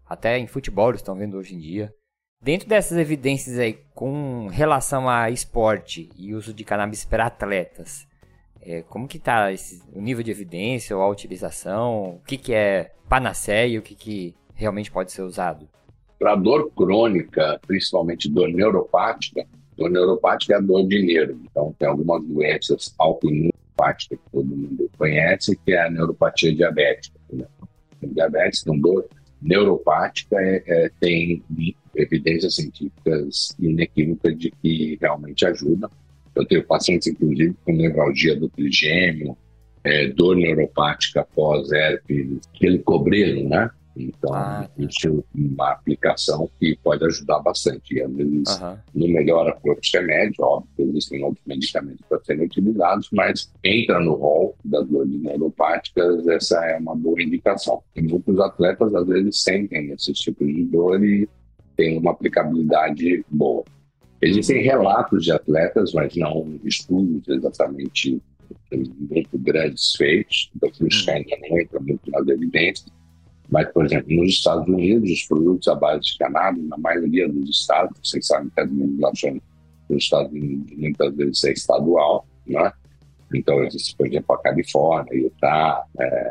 até em futebol eles estão vendo hoje em dia. Dentro dessas evidências aí, com relação a esporte e uso de cannabis para atletas, é, como que está o nível de evidência ou a utilização? O que, que é panaceia e o que, que realmente pode ser usado? Para dor crônica, principalmente dor neuropática, dor neuropática é a dor de nervo. Então, tem algumas doenças autoimunopáticas que todo mundo conhece, que é a neuropatia diabética. Né? Diabetes, com dor neuropática, é, é, tem evidências científicas inequívocas de que realmente ajuda. Eu tenho pacientes, inclusive, com nevralgia do trigêmeo, é, dor neuropática pós-herpes helicobrelo, né? Então, ah, isso é uma aplicação que pode ajudar bastante. E, às vezes, uh-huh. não melhora por remédio, óbvio que existem outros medicamentos para serem utilizados, mas entra no rol das dores neuropáticas, essa é uma boa indicação. E muitos atletas, às vezes, sentem esses tipos de dor e têm uma aplicabilidade boa. Existem relatos de atletas, mas não estudos exatamente muito grandes feitos, então isso ainda não entra muito nas evidências. Mas, por exemplo, nos Estados Unidos, os produtos à base de cannabis, na maioria dos estados, vocês sabem que a legislação dos Estados Unidos muitas vezes é estadual, né? Então, existe, por exemplo, a Califórnia, Utah, é,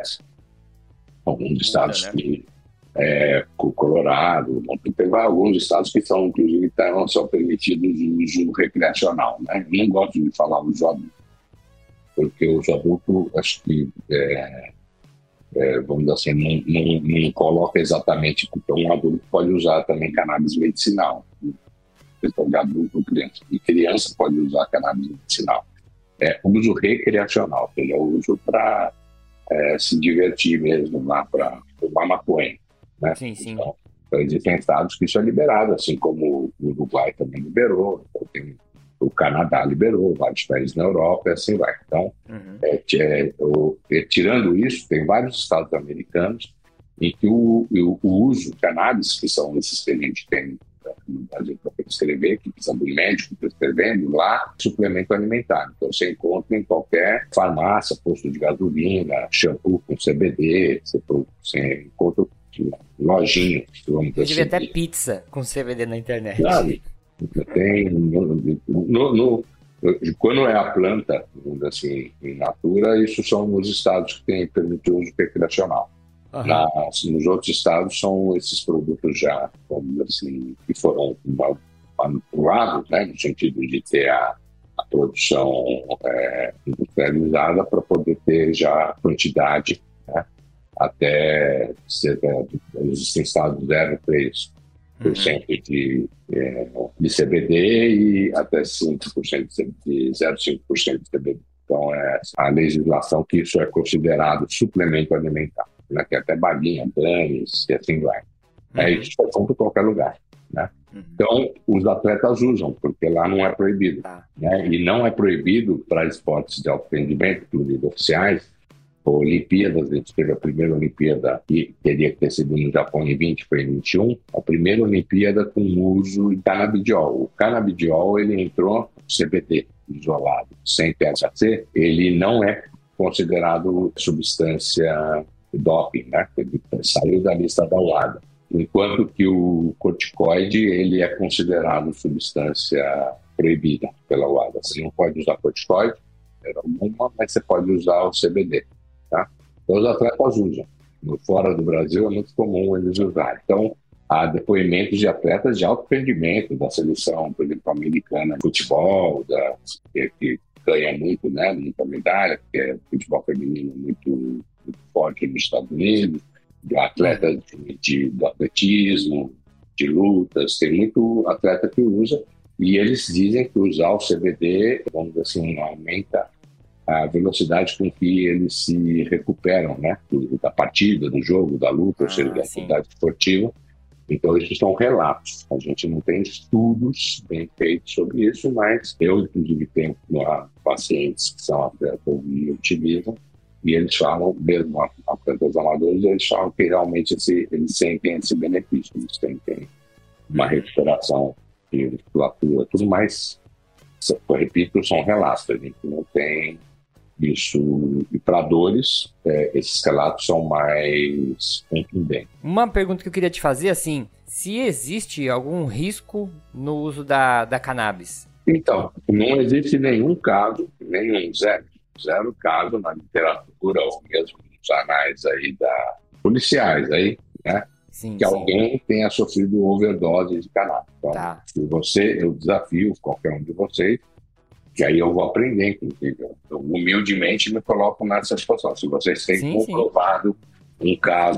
alguns estados né? que, é, o Colorado, tem alguns estados que são, inclusive, não são permitidos o uso recreacional, né? Eu não gosto de falar uso adulto, porque o uso adulto, acho que... É, É, vamos dizer assim, não, não, não coloca exatamente, porque um adulto pode usar também cannabis medicinal. Questão de adulto ou criança. E criança pode usar cannabis medicinal. É uso recreacional, ou seja, uso para é, se divertir mesmo, lá para fumar maconha. Né? Sim, sim. Então, então, existem estados que isso é liberado, assim como o Uruguai também liberou. Então, tem o Canadá liberou, vários países na Europa e assim vai. Então, uhum. é, é, o, é, tirando isso, tem vários estados americanos em que o, o, o uso de cannabis, que são esses que a gente tem no Brasil para prescrever, que precisa do médico prescrevendo, lá, suplemento alimentar. Então, você encontra em qualquer farmácia, posto de gasolina, shampoo com C B D, você, você encontra lojinha. Inclusive até pizza com C B D na internet. Sabe? Tem, no, no, no, quando é a planta, assim, in natura, isso são os estados que têm permitido o uso recreacional. Uhum. Nas, nos outros estados são esses produtos já, como assim, que foram manipulados, né, no sentido de ter a, a produção é, industrializada para poder ter já quantidade, né, até cerca, existem estados zero vírgula três por cento de, é, de C B D e até cinco por cento de zero vírgula cinco por cento de C B D. Então, é a legislação que isso é considerado suplemento alimentar, né? Que é até balinha, danes e assim vai. Uhum. É, isso é como em qualquer lugar. Né? Uhum. Então, os atletas usam, porque lá não é proibido. Ah. Né? E não é proibido para esportes de alto rendimento, inclusive oficiais. Olimpíadas, a gente teve a primeira Olimpíada que teria que ter sido no Japão em vinte, foi em vinte e um, a primeira Olimpíada com uso de canabidiol. O canabidiol, ele entrou C B D isolado, sem T H C, ele não é considerado substância doping, né? Ele saiu da lista da U A D A. Enquanto que o corticoide, ele é considerado substância proibida pela U A D A. Você não pode usar corticoide, alguma, mas você pode usar o C B D. Tá? Então, os atletas usam. Fora do Brasil é muito comum eles usarem. Então, há depoimentos de atletas de alto rendimento da seleção, por exemplo, americana de futebol, da, que, que ganha muito, né, muita medalha, porque é futebol feminino muito, muito forte nos Estados Unidos, de atletas de, de, do atletismo, de lutas, tem muito atleta que usa, e eles dizem que usar o C B D, vamos dizer assim, aumenta a velocidade com que eles se recuperam, né, da partida, do jogo, da luta, ou seja, da atividade esportiva. Então, esses são relatos. A gente não tem estudos bem feitos sobre isso, mas eu, inclusive, tenho pacientes que são atletas e utilizam, e eles falam, mesmo atletas amadores, eles falam que realmente esse, eles sentem esse benefício, eles sentem uma recuperação de musculatura, tudo mais. Eu repito, são relatos, a gente não tem Isso, e para dores, é, esses relatos são mais contundentes. Uma pergunta que eu queria te fazer, assim, se existe algum risco no uso da, da cannabis? Então, não existe nenhum caso, nenhum, zero, zero caso na literatura ou mesmo nos anais aí da policiais aí, né? Sim, que sim. alguém tenha sofrido overdose de cannabis. Então, Tá. se você, eu desafio qualquer um de vocês, que aí eu vou aprender, inclusive. Eu humildemente me coloco nessa situação. Se vocês têm Sim, comprovado sim. um caso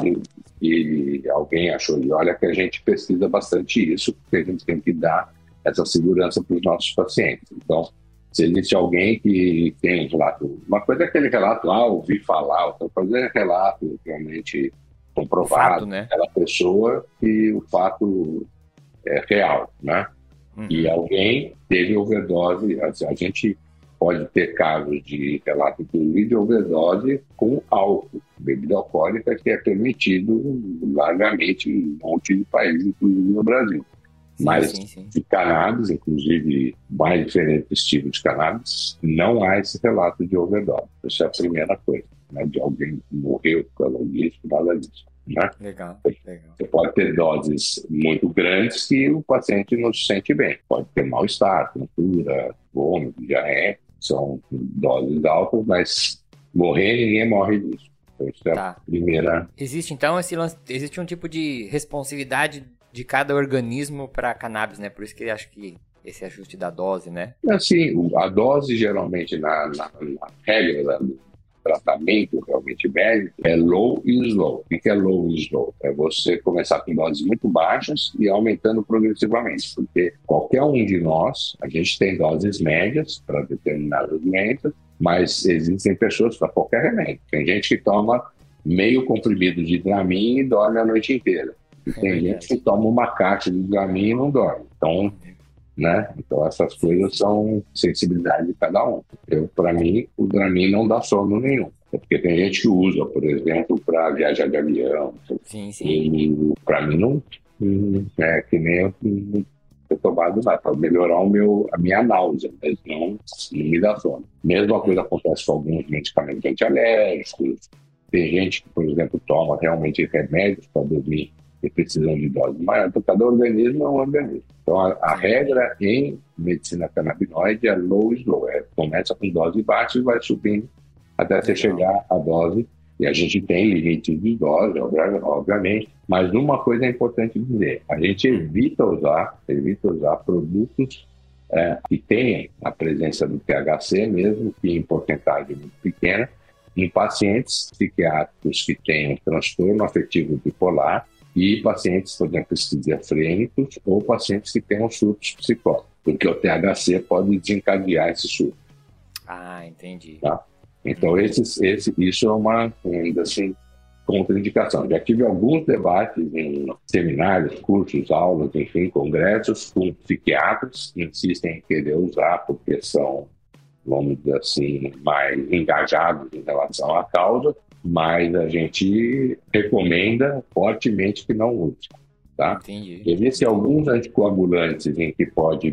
e alguém achou, e olha que a gente pesquisa bastante isso, porque a gente tem que dar essa segurança para os nossos pacientes. Então, se existe alguém que tem um relato, uma coisa é aquele relato, ah, ouvi falar, outra coisa é relato realmente comprovado, fato, né? Aquela pessoa que o fato é real, né? Uhum. E alguém teve overdose, a gente pode ter casos de relato de overdose com álcool, bebida alcoólica, que é permitido largamente em um monte de países, inclusive no Brasil. Sim, Mas sim, sim. de cannabis, inclusive mais diferentes tipos de cannabis, não há esse relato de overdose. Essa é a primeira coisa, né? De alguém que morreu por causa disso, nada disso. Né? Legal, legal. Você pode ter doses muito grandes que o paciente não se sente bem. Pode ter mal-estar, tontura, vômito, diarreia, são doses altas, mas morrer, ninguém morre disso. Então, isso é Tá. a primeira... Existe, então, esse lance, existe um tipo de responsividade de cada organismo para cannabis, né? Por isso que eu acho que esse ajuste da dose, né? Assim, o- a dose, geralmente, na, na, na regra do tratamento realmente médico, é low e slow. O que é low e slow? É você começar com doses muito baixas e aumentando progressivamente, porque qualquer um de nós, a gente tem doses médias para determinadas doenças, mas existem pessoas para qualquer remédio. Tem gente que toma meio comprimido de Dramin e dorme a noite inteira. E tem verdade. gente que toma uma caixa de Dramin e não dorme. Então, né? Então essas coisas são sensibilidade de cada um. Eu, para mim, o Dramin não dá sono nenhum. É porque tem gente que usa, por exemplo, para viajar de avião. Sim, sim. E para mim não, não é que nem eu não ter tomado nada, para melhorar o meu, a minha náusea, mas não, não me dá sono. Mesma coisa acontece com alguns medicamentos antialérgicos. Tem gente que, por exemplo, toma realmente remédios para dormir e precisam de dose maior. Então, cada organismo é um organismo. Então, a, a regra em medicina canabinoide é low e slow. É, começa com dose baixa e vai subindo até você chegar à dose. E a gente tem limites de dose, obra- obviamente. Mas uma coisa é importante dizer. A gente evita usar, evita usar produtos é, que tenham a presença do T H C, mesmo que em porcentagem muito pequena, em pacientes psiquiátricos que tenham transtorno afetivo bipolar e pacientes, por exemplo, esquizofrênicos ou pacientes que tenham surtos psicóticos, porque o T H C pode desencadear esse surto. Ah, entendi. Tá? Então, esses, esse, isso é uma, ainda assim, contraindicação. Já tive alguns debates em seminários, cursos, aulas, enfim, congressos com psiquiatras que insistem em querer usar porque são, vamos dizer assim, mais engajados em relação à causa, mas a gente recomenda fortemente que não use. Tá? Entendi. Existem alguns anticoagulantes em que pode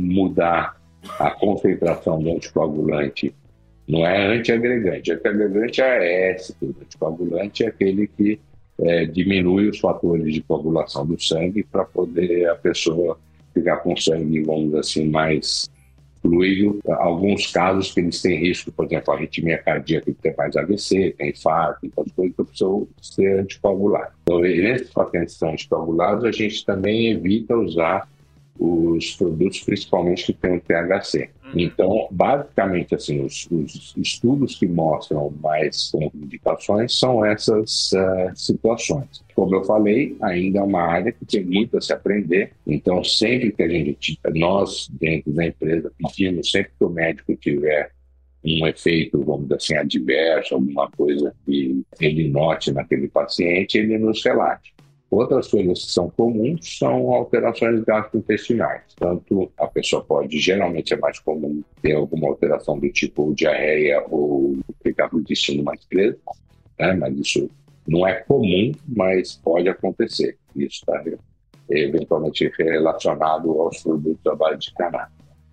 mudar a concentração do anticoagulante. Não é antiagregante. Antiagregante é A S, o anticoagulante é aquele que é, diminui os fatores de coagulação do sangue para poder a pessoa ficar com sangue, vamos dizer assim, mais fluido. Alguns casos que eles têm risco, por exemplo, a arritmia cardíaca, que tem mais A V C, tem infarto, então as coisas que precisam ser anticoaguladas. Então, nesses pacientes que são anticoagulados, a gente também evita usar os produtos, principalmente que tem o T H C. Então, basicamente, assim, os, os estudos que mostram mais contraindicações são essas uh, situações. Como eu falei, ainda é uma área que tem muito a se aprender. Então, sempre que a gente, nós, dentro da empresa, pedimos, sempre que o médico tiver um efeito, vamos dizer assim, adverso, alguma coisa que ele note naquele paciente, ele nos relate. Outras coisas que são comuns são alterações gastrointestinais. Tanto a pessoa pode, geralmente é mais comum ter alguma alteração do tipo diarreia ou ficar com o intestino mais preso, né? Mas isso não é comum, mas pode acontecer. Isso está eventualmente relacionado aos produtos à base de cannabis.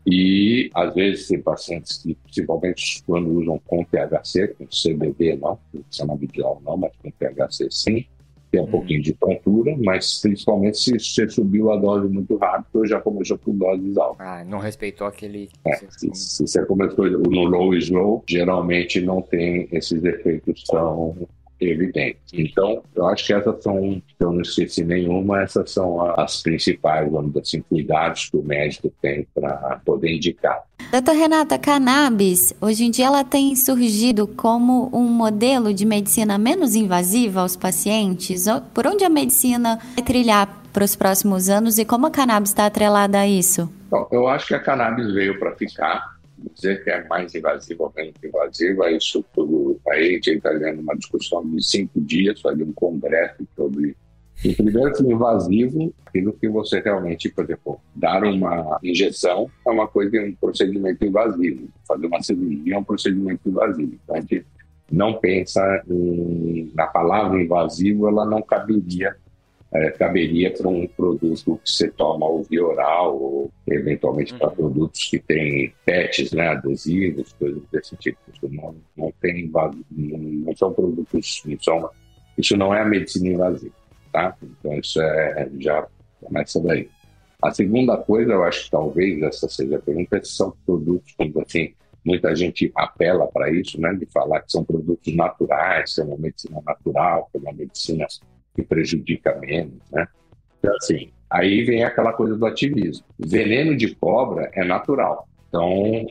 E, às vezes, tem pacientes que, principalmente quando usam com T H C, com C B D não, com canabidiol não, mas com T H C sim, tem um hum. pouquinho de tontura, mas principalmente se você subiu a dose muito rápido ou já começou com doses altas. Ah, não respeitou aquele... É, se, se você começou no low e slow, geralmente não tem esses efeitos tão evidentes. Então, eu acho que essas são, se eu não esqueci nenhuma, essas são as principais, vamos dizer assim, cuidados que o médico tem para poder indicar. Doutora Renata, cannabis, hoje em dia ela tem surgido como um modelo de medicina menos invasiva aos pacientes? Por onde a medicina vai trilhar para os próximos anos e como a cannabis está atrelada a isso? Bom, eu acho que a cannabis veio para ficar. Dizer que é mais invasiva ou menos invasiva, isso tudo, aí a gente está vendo uma discussão de cinco dias, fazer um congresso sobre o primeiro que invasivo, aquilo que você realmente, por exemplo, dar uma injeção é uma coisa, um procedimento invasivo, fazer uma cirurgia é um procedimento invasivo, então a gente não pensa em, na palavra invasivo, ela não caberia É, caberia para um produto que você toma ou via oral ou eventualmente para produtos que têm patches, né, adesivos, coisas desse tipo. Isso não, não, tem, não, não são produtos, não são, isso não é a medicina invasiva, tá? Então isso é, já começa daí. A segunda coisa, eu acho que talvez essa seja a pergunta, são produtos, como assim, muita gente apela para isso, né, de falar que são produtos naturais, que é uma medicina natural, que é uma medicina que prejudica menos, né? Então, assim, aí vem aquela coisa do ativismo. Veneno de cobra é natural. Então,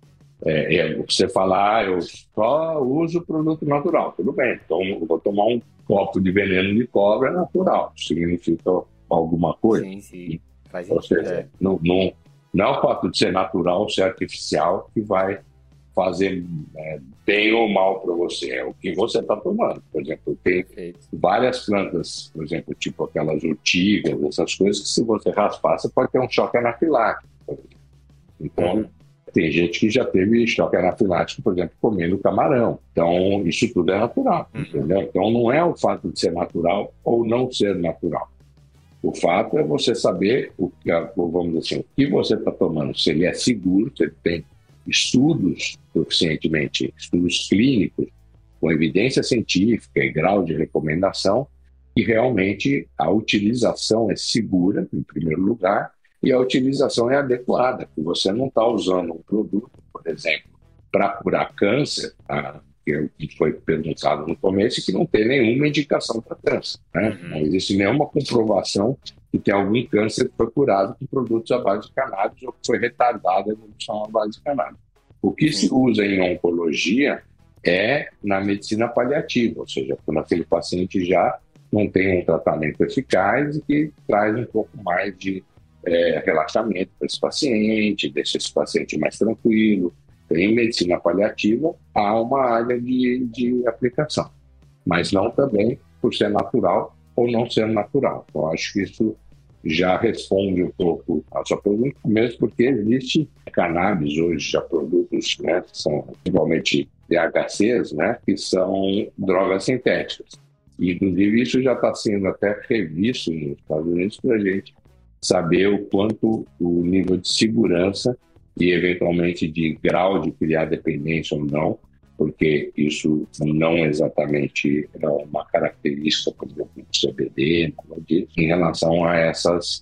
é, é, você falar, ah, eu só uso produto natural, tudo bem. Então, eu vou tomar um copo de veneno de cobra, é natural. Significa alguma coisa? Sim, sim. Faz Ou sentido, seja, é. não, não, não é o fato de ser natural ou ser artificial que vai fazer é, bem ou mal para você, é o que você está tomando. Por exemplo, tem Perfeito. várias plantas, por exemplo, tipo aquelas urtigas, essas coisas que se você raspar, você pode ter um choque anafilático. Então, uhum. tem gente que já teve choque anafilático, por exemplo, comendo camarão. Então, isso tudo é natural, uhum. entendeu? Então, não é o fato de ser natural ou não ser natural. O fato é você saber, o que, vamos dizer assim, o que você está tomando, se ele é seguro, se ele tem estudos suficientemente, estudos clínicos, com evidência científica e grau de recomendação, e realmente a utilização é segura, em primeiro lugar, e a utilização é adequada, que você não está usando um produto, por exemplo, para curar câncer, tá? Que foi perguntado no começo, que não tem nenhuma indicação para câncer, né? Uhum. Não existe nenhuma comprovação que tem algum câncer que foi curado com produtos à base de cannabis ou que foi retardada a evolução à base de cannabis. O que se usa em oncologia é na medicina paliativa, ou seja, quando aquele paciente já não tem um tratamento eficaz e que traz um pouco mais de é, relaxamento para esse paciente, deixa esse paciente mais tranquilo. Em medicina paliativa, há uma área de, de aplicação, mas não também por ser natural ou não ser natural. Então, acho que isso já responde um pouco a sua pergunta, mesmo porque existe cannabis hoje, já produtos, né, que são principalmente T H Cs, né, que são drogas sintéticas. E, inclusive, isso já está sendo até revisto nos Estados Unidos para a gente saber o quanto o nível de segurança e, eventualmente, de grau de criar dependência ou não, porque isso não exatamente é uma característica, por exemplo, do C B D, nada disso, em relação a essas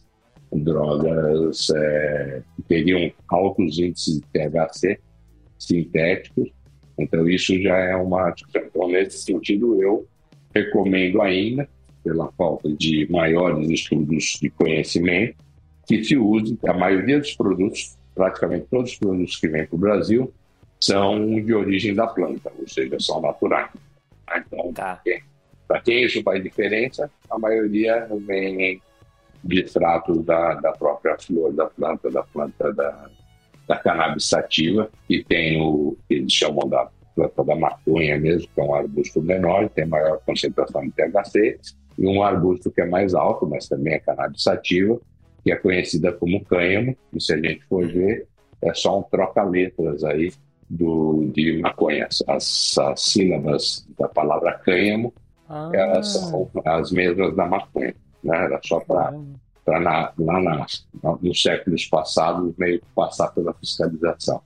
drogas é, que teriam altos índices de T H C sintéticos. Então, isso já é uma... Então, nesse sentido, eu recomendo ainda, pela falta de maiores estudos de conhecimento, que se use a maioria dos produtos, praticamente todos os produtos que vêm para o Brasil, são de origem da planta, ou seja, são naturais. Então, tá. Para quem isso faz diferença, a maioria vem de extratos da, da própria flor da planta, da planta da, da cannabis sativa, que tem o que eles chamam da planta da maconha mesmo, que é um arbusto menor, tem maior concentração de T H C, e um arbusto que é mais alto, mas também é cannabis sativa, que é conhecida como cânhamo, e se a gente for ver, é só um troca-letras aí do, de maconha. As, as sílabas da palavra cânhamo, ah. elas são as mesmas da maconha, né? Era só para para na, lá na, nos séculos passados meio que passar pela fiscalização.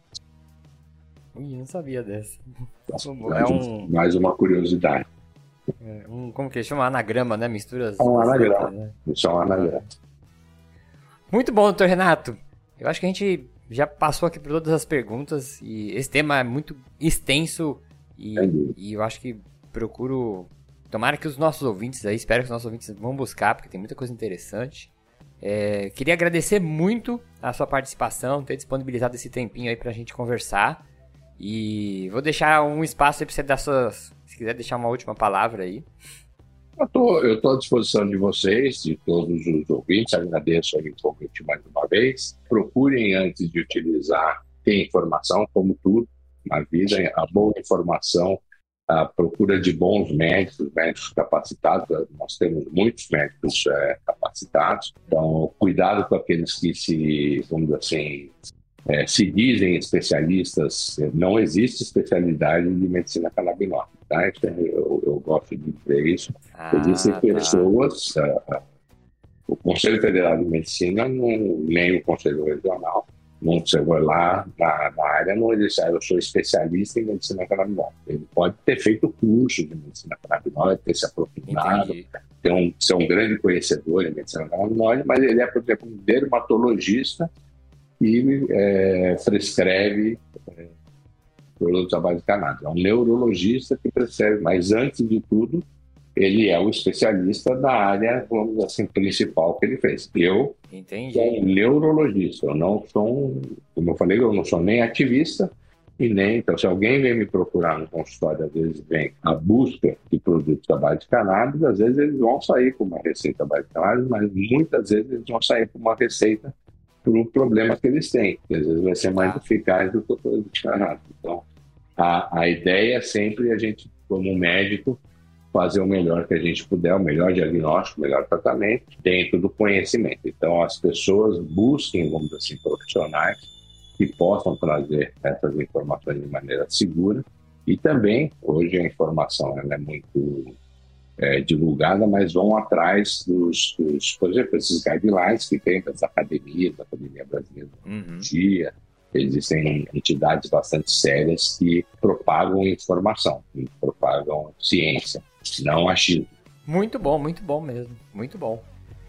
Ih, não sabia dessa. É um... Mais uma curiosidade. É um, como que chama? Anagrama, né? Misturas. É um anagrama. Né? Isso é um anagrama. Muito bom, doutor Renato. Eu acho que a gente já passou aqui por todas as perguntas e esse tema é muito extenso e, e eu acho que procuro... Tomara que os nossos ouvintes aí, espero que os nossos ouvintes vão buscar, porque tem muita coisa interessante. É, queria agradecer muito a sua participação, ter disponibilizado esse tempinho aí pra gente conversar. E vou deixar um espaço aí pra você dar suas... Se quiser deixar uma última palavra aí. Eu tô, eu tô à disposição de vocês, de todos os ouvintes. Agradeço aí o convite mais uma vez. Procurem, antes de utilizar, ter informação, como tudo na vida, a boa informação, a procura de bons médicos, médicos capacitados. Nós temos muitos médicos é, capacitados. Então, cuidado com aqueles que se, vamos dizer assim, é, se dizem especialistas. Não existe especialidade de medicina canabinóide, tá? Eu, eu gosto de dizer isso. Ah, Existem tá. pessoas, uh, o Conselho Federal de Medicina, não, nem o Conselho Regional, não chegou lá na, na área, não disse, ah, eu sou especialista em medicina canabinóide. Ele pode ter feito curso de medicina canabinóide, ter se aprofundado, ter um, ser um grande conhecedor em medicina canabinóide, mas ele é, por exemplo, um dermatologista e é, prescreve é, produtos à base de cannabis. É um neurologista que prescreve, mas antes de tudo, ele é o especialista da área, vamos dizer assim, principal que ele fez. Eu Entendi. sou um neurologista, eu não sou, um, como eu falei, eu não sou nem ativista e nem... Então, se alguém vem me procurar no consultório, às vezes vem a busca de produtos à base de cannabis, às vezes eles vão sair com uma receita à base de cannabis, mas muitas vezes eles vão sair com uma receita por um problema que eles têm, que às vezes vai ser mais ah. eficaz do que o produto de cannabis. Então, a, a ideia é sempre a gente, como médico, fazer o melhor que a gente puder, o melhor diagnóstico, o melhor tratamento, dentro do conhecimento. Então, as pessoas busquem, vamos dizer assim, profissionais que possam trazer essas informações de maneira segura. E também, hoje a informação ela é muito é, divulgada, mas vão atrás dos, dos, por exemplo, esses guidelines que tem das academias, da Academia Brasileira de Odontologia. Uhum. Existem entidades bastante sérias que propagam informação, que propagam ciência, não achismo. Muito bom, muito bom mesmo, muito bom.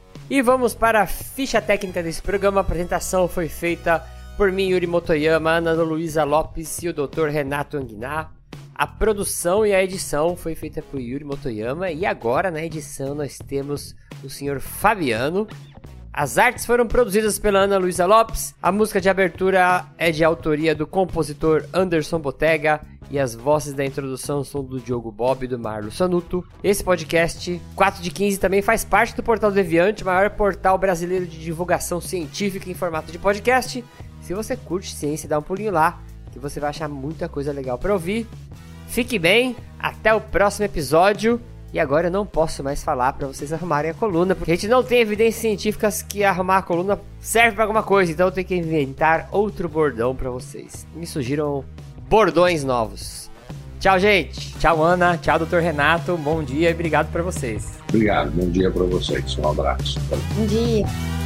E vamos para a ficha técnica desse programa. A apresentação foi feita por mim, Yuri Motoyama, Ana Luísa Lopes e o doutor Renato Anguiná. A produção e a edição foi feita por Yuri Motoyama e agora na edição nós temos o senhor Fabiano. As artes foram produzidas pela Ana Luísa Lopes, a música de abertura é de autoria do compositor Anderson Botega e as vozes da introdução são do Diogo Bob e do Marlo Sanuto. Esse podcast, quatro de quinze, também faz parte do Portal Deviante, o maior portal brasileiro de divulgação científica em formato de podcast. Se você curte ciência, dá um pulinho lá, que você vai achar muita coisa legal para ouvir. Fique bem, até o próximo episódio. E agora eu não posso mais falar para vocês arrumarem a coluna, porque a gente não tem evidências científicas que arrumar a coluna serve para alguma coisa, então eu tenho que inventar outro bordão para vocês. Me surgiram bordões novos. Tchau, gente. Tchau, Ana. Tchau, doutor Renato. Bom dia e obrigado para vocês. Obrigado. Bom dia para vocês. Um abraço. Bom dia.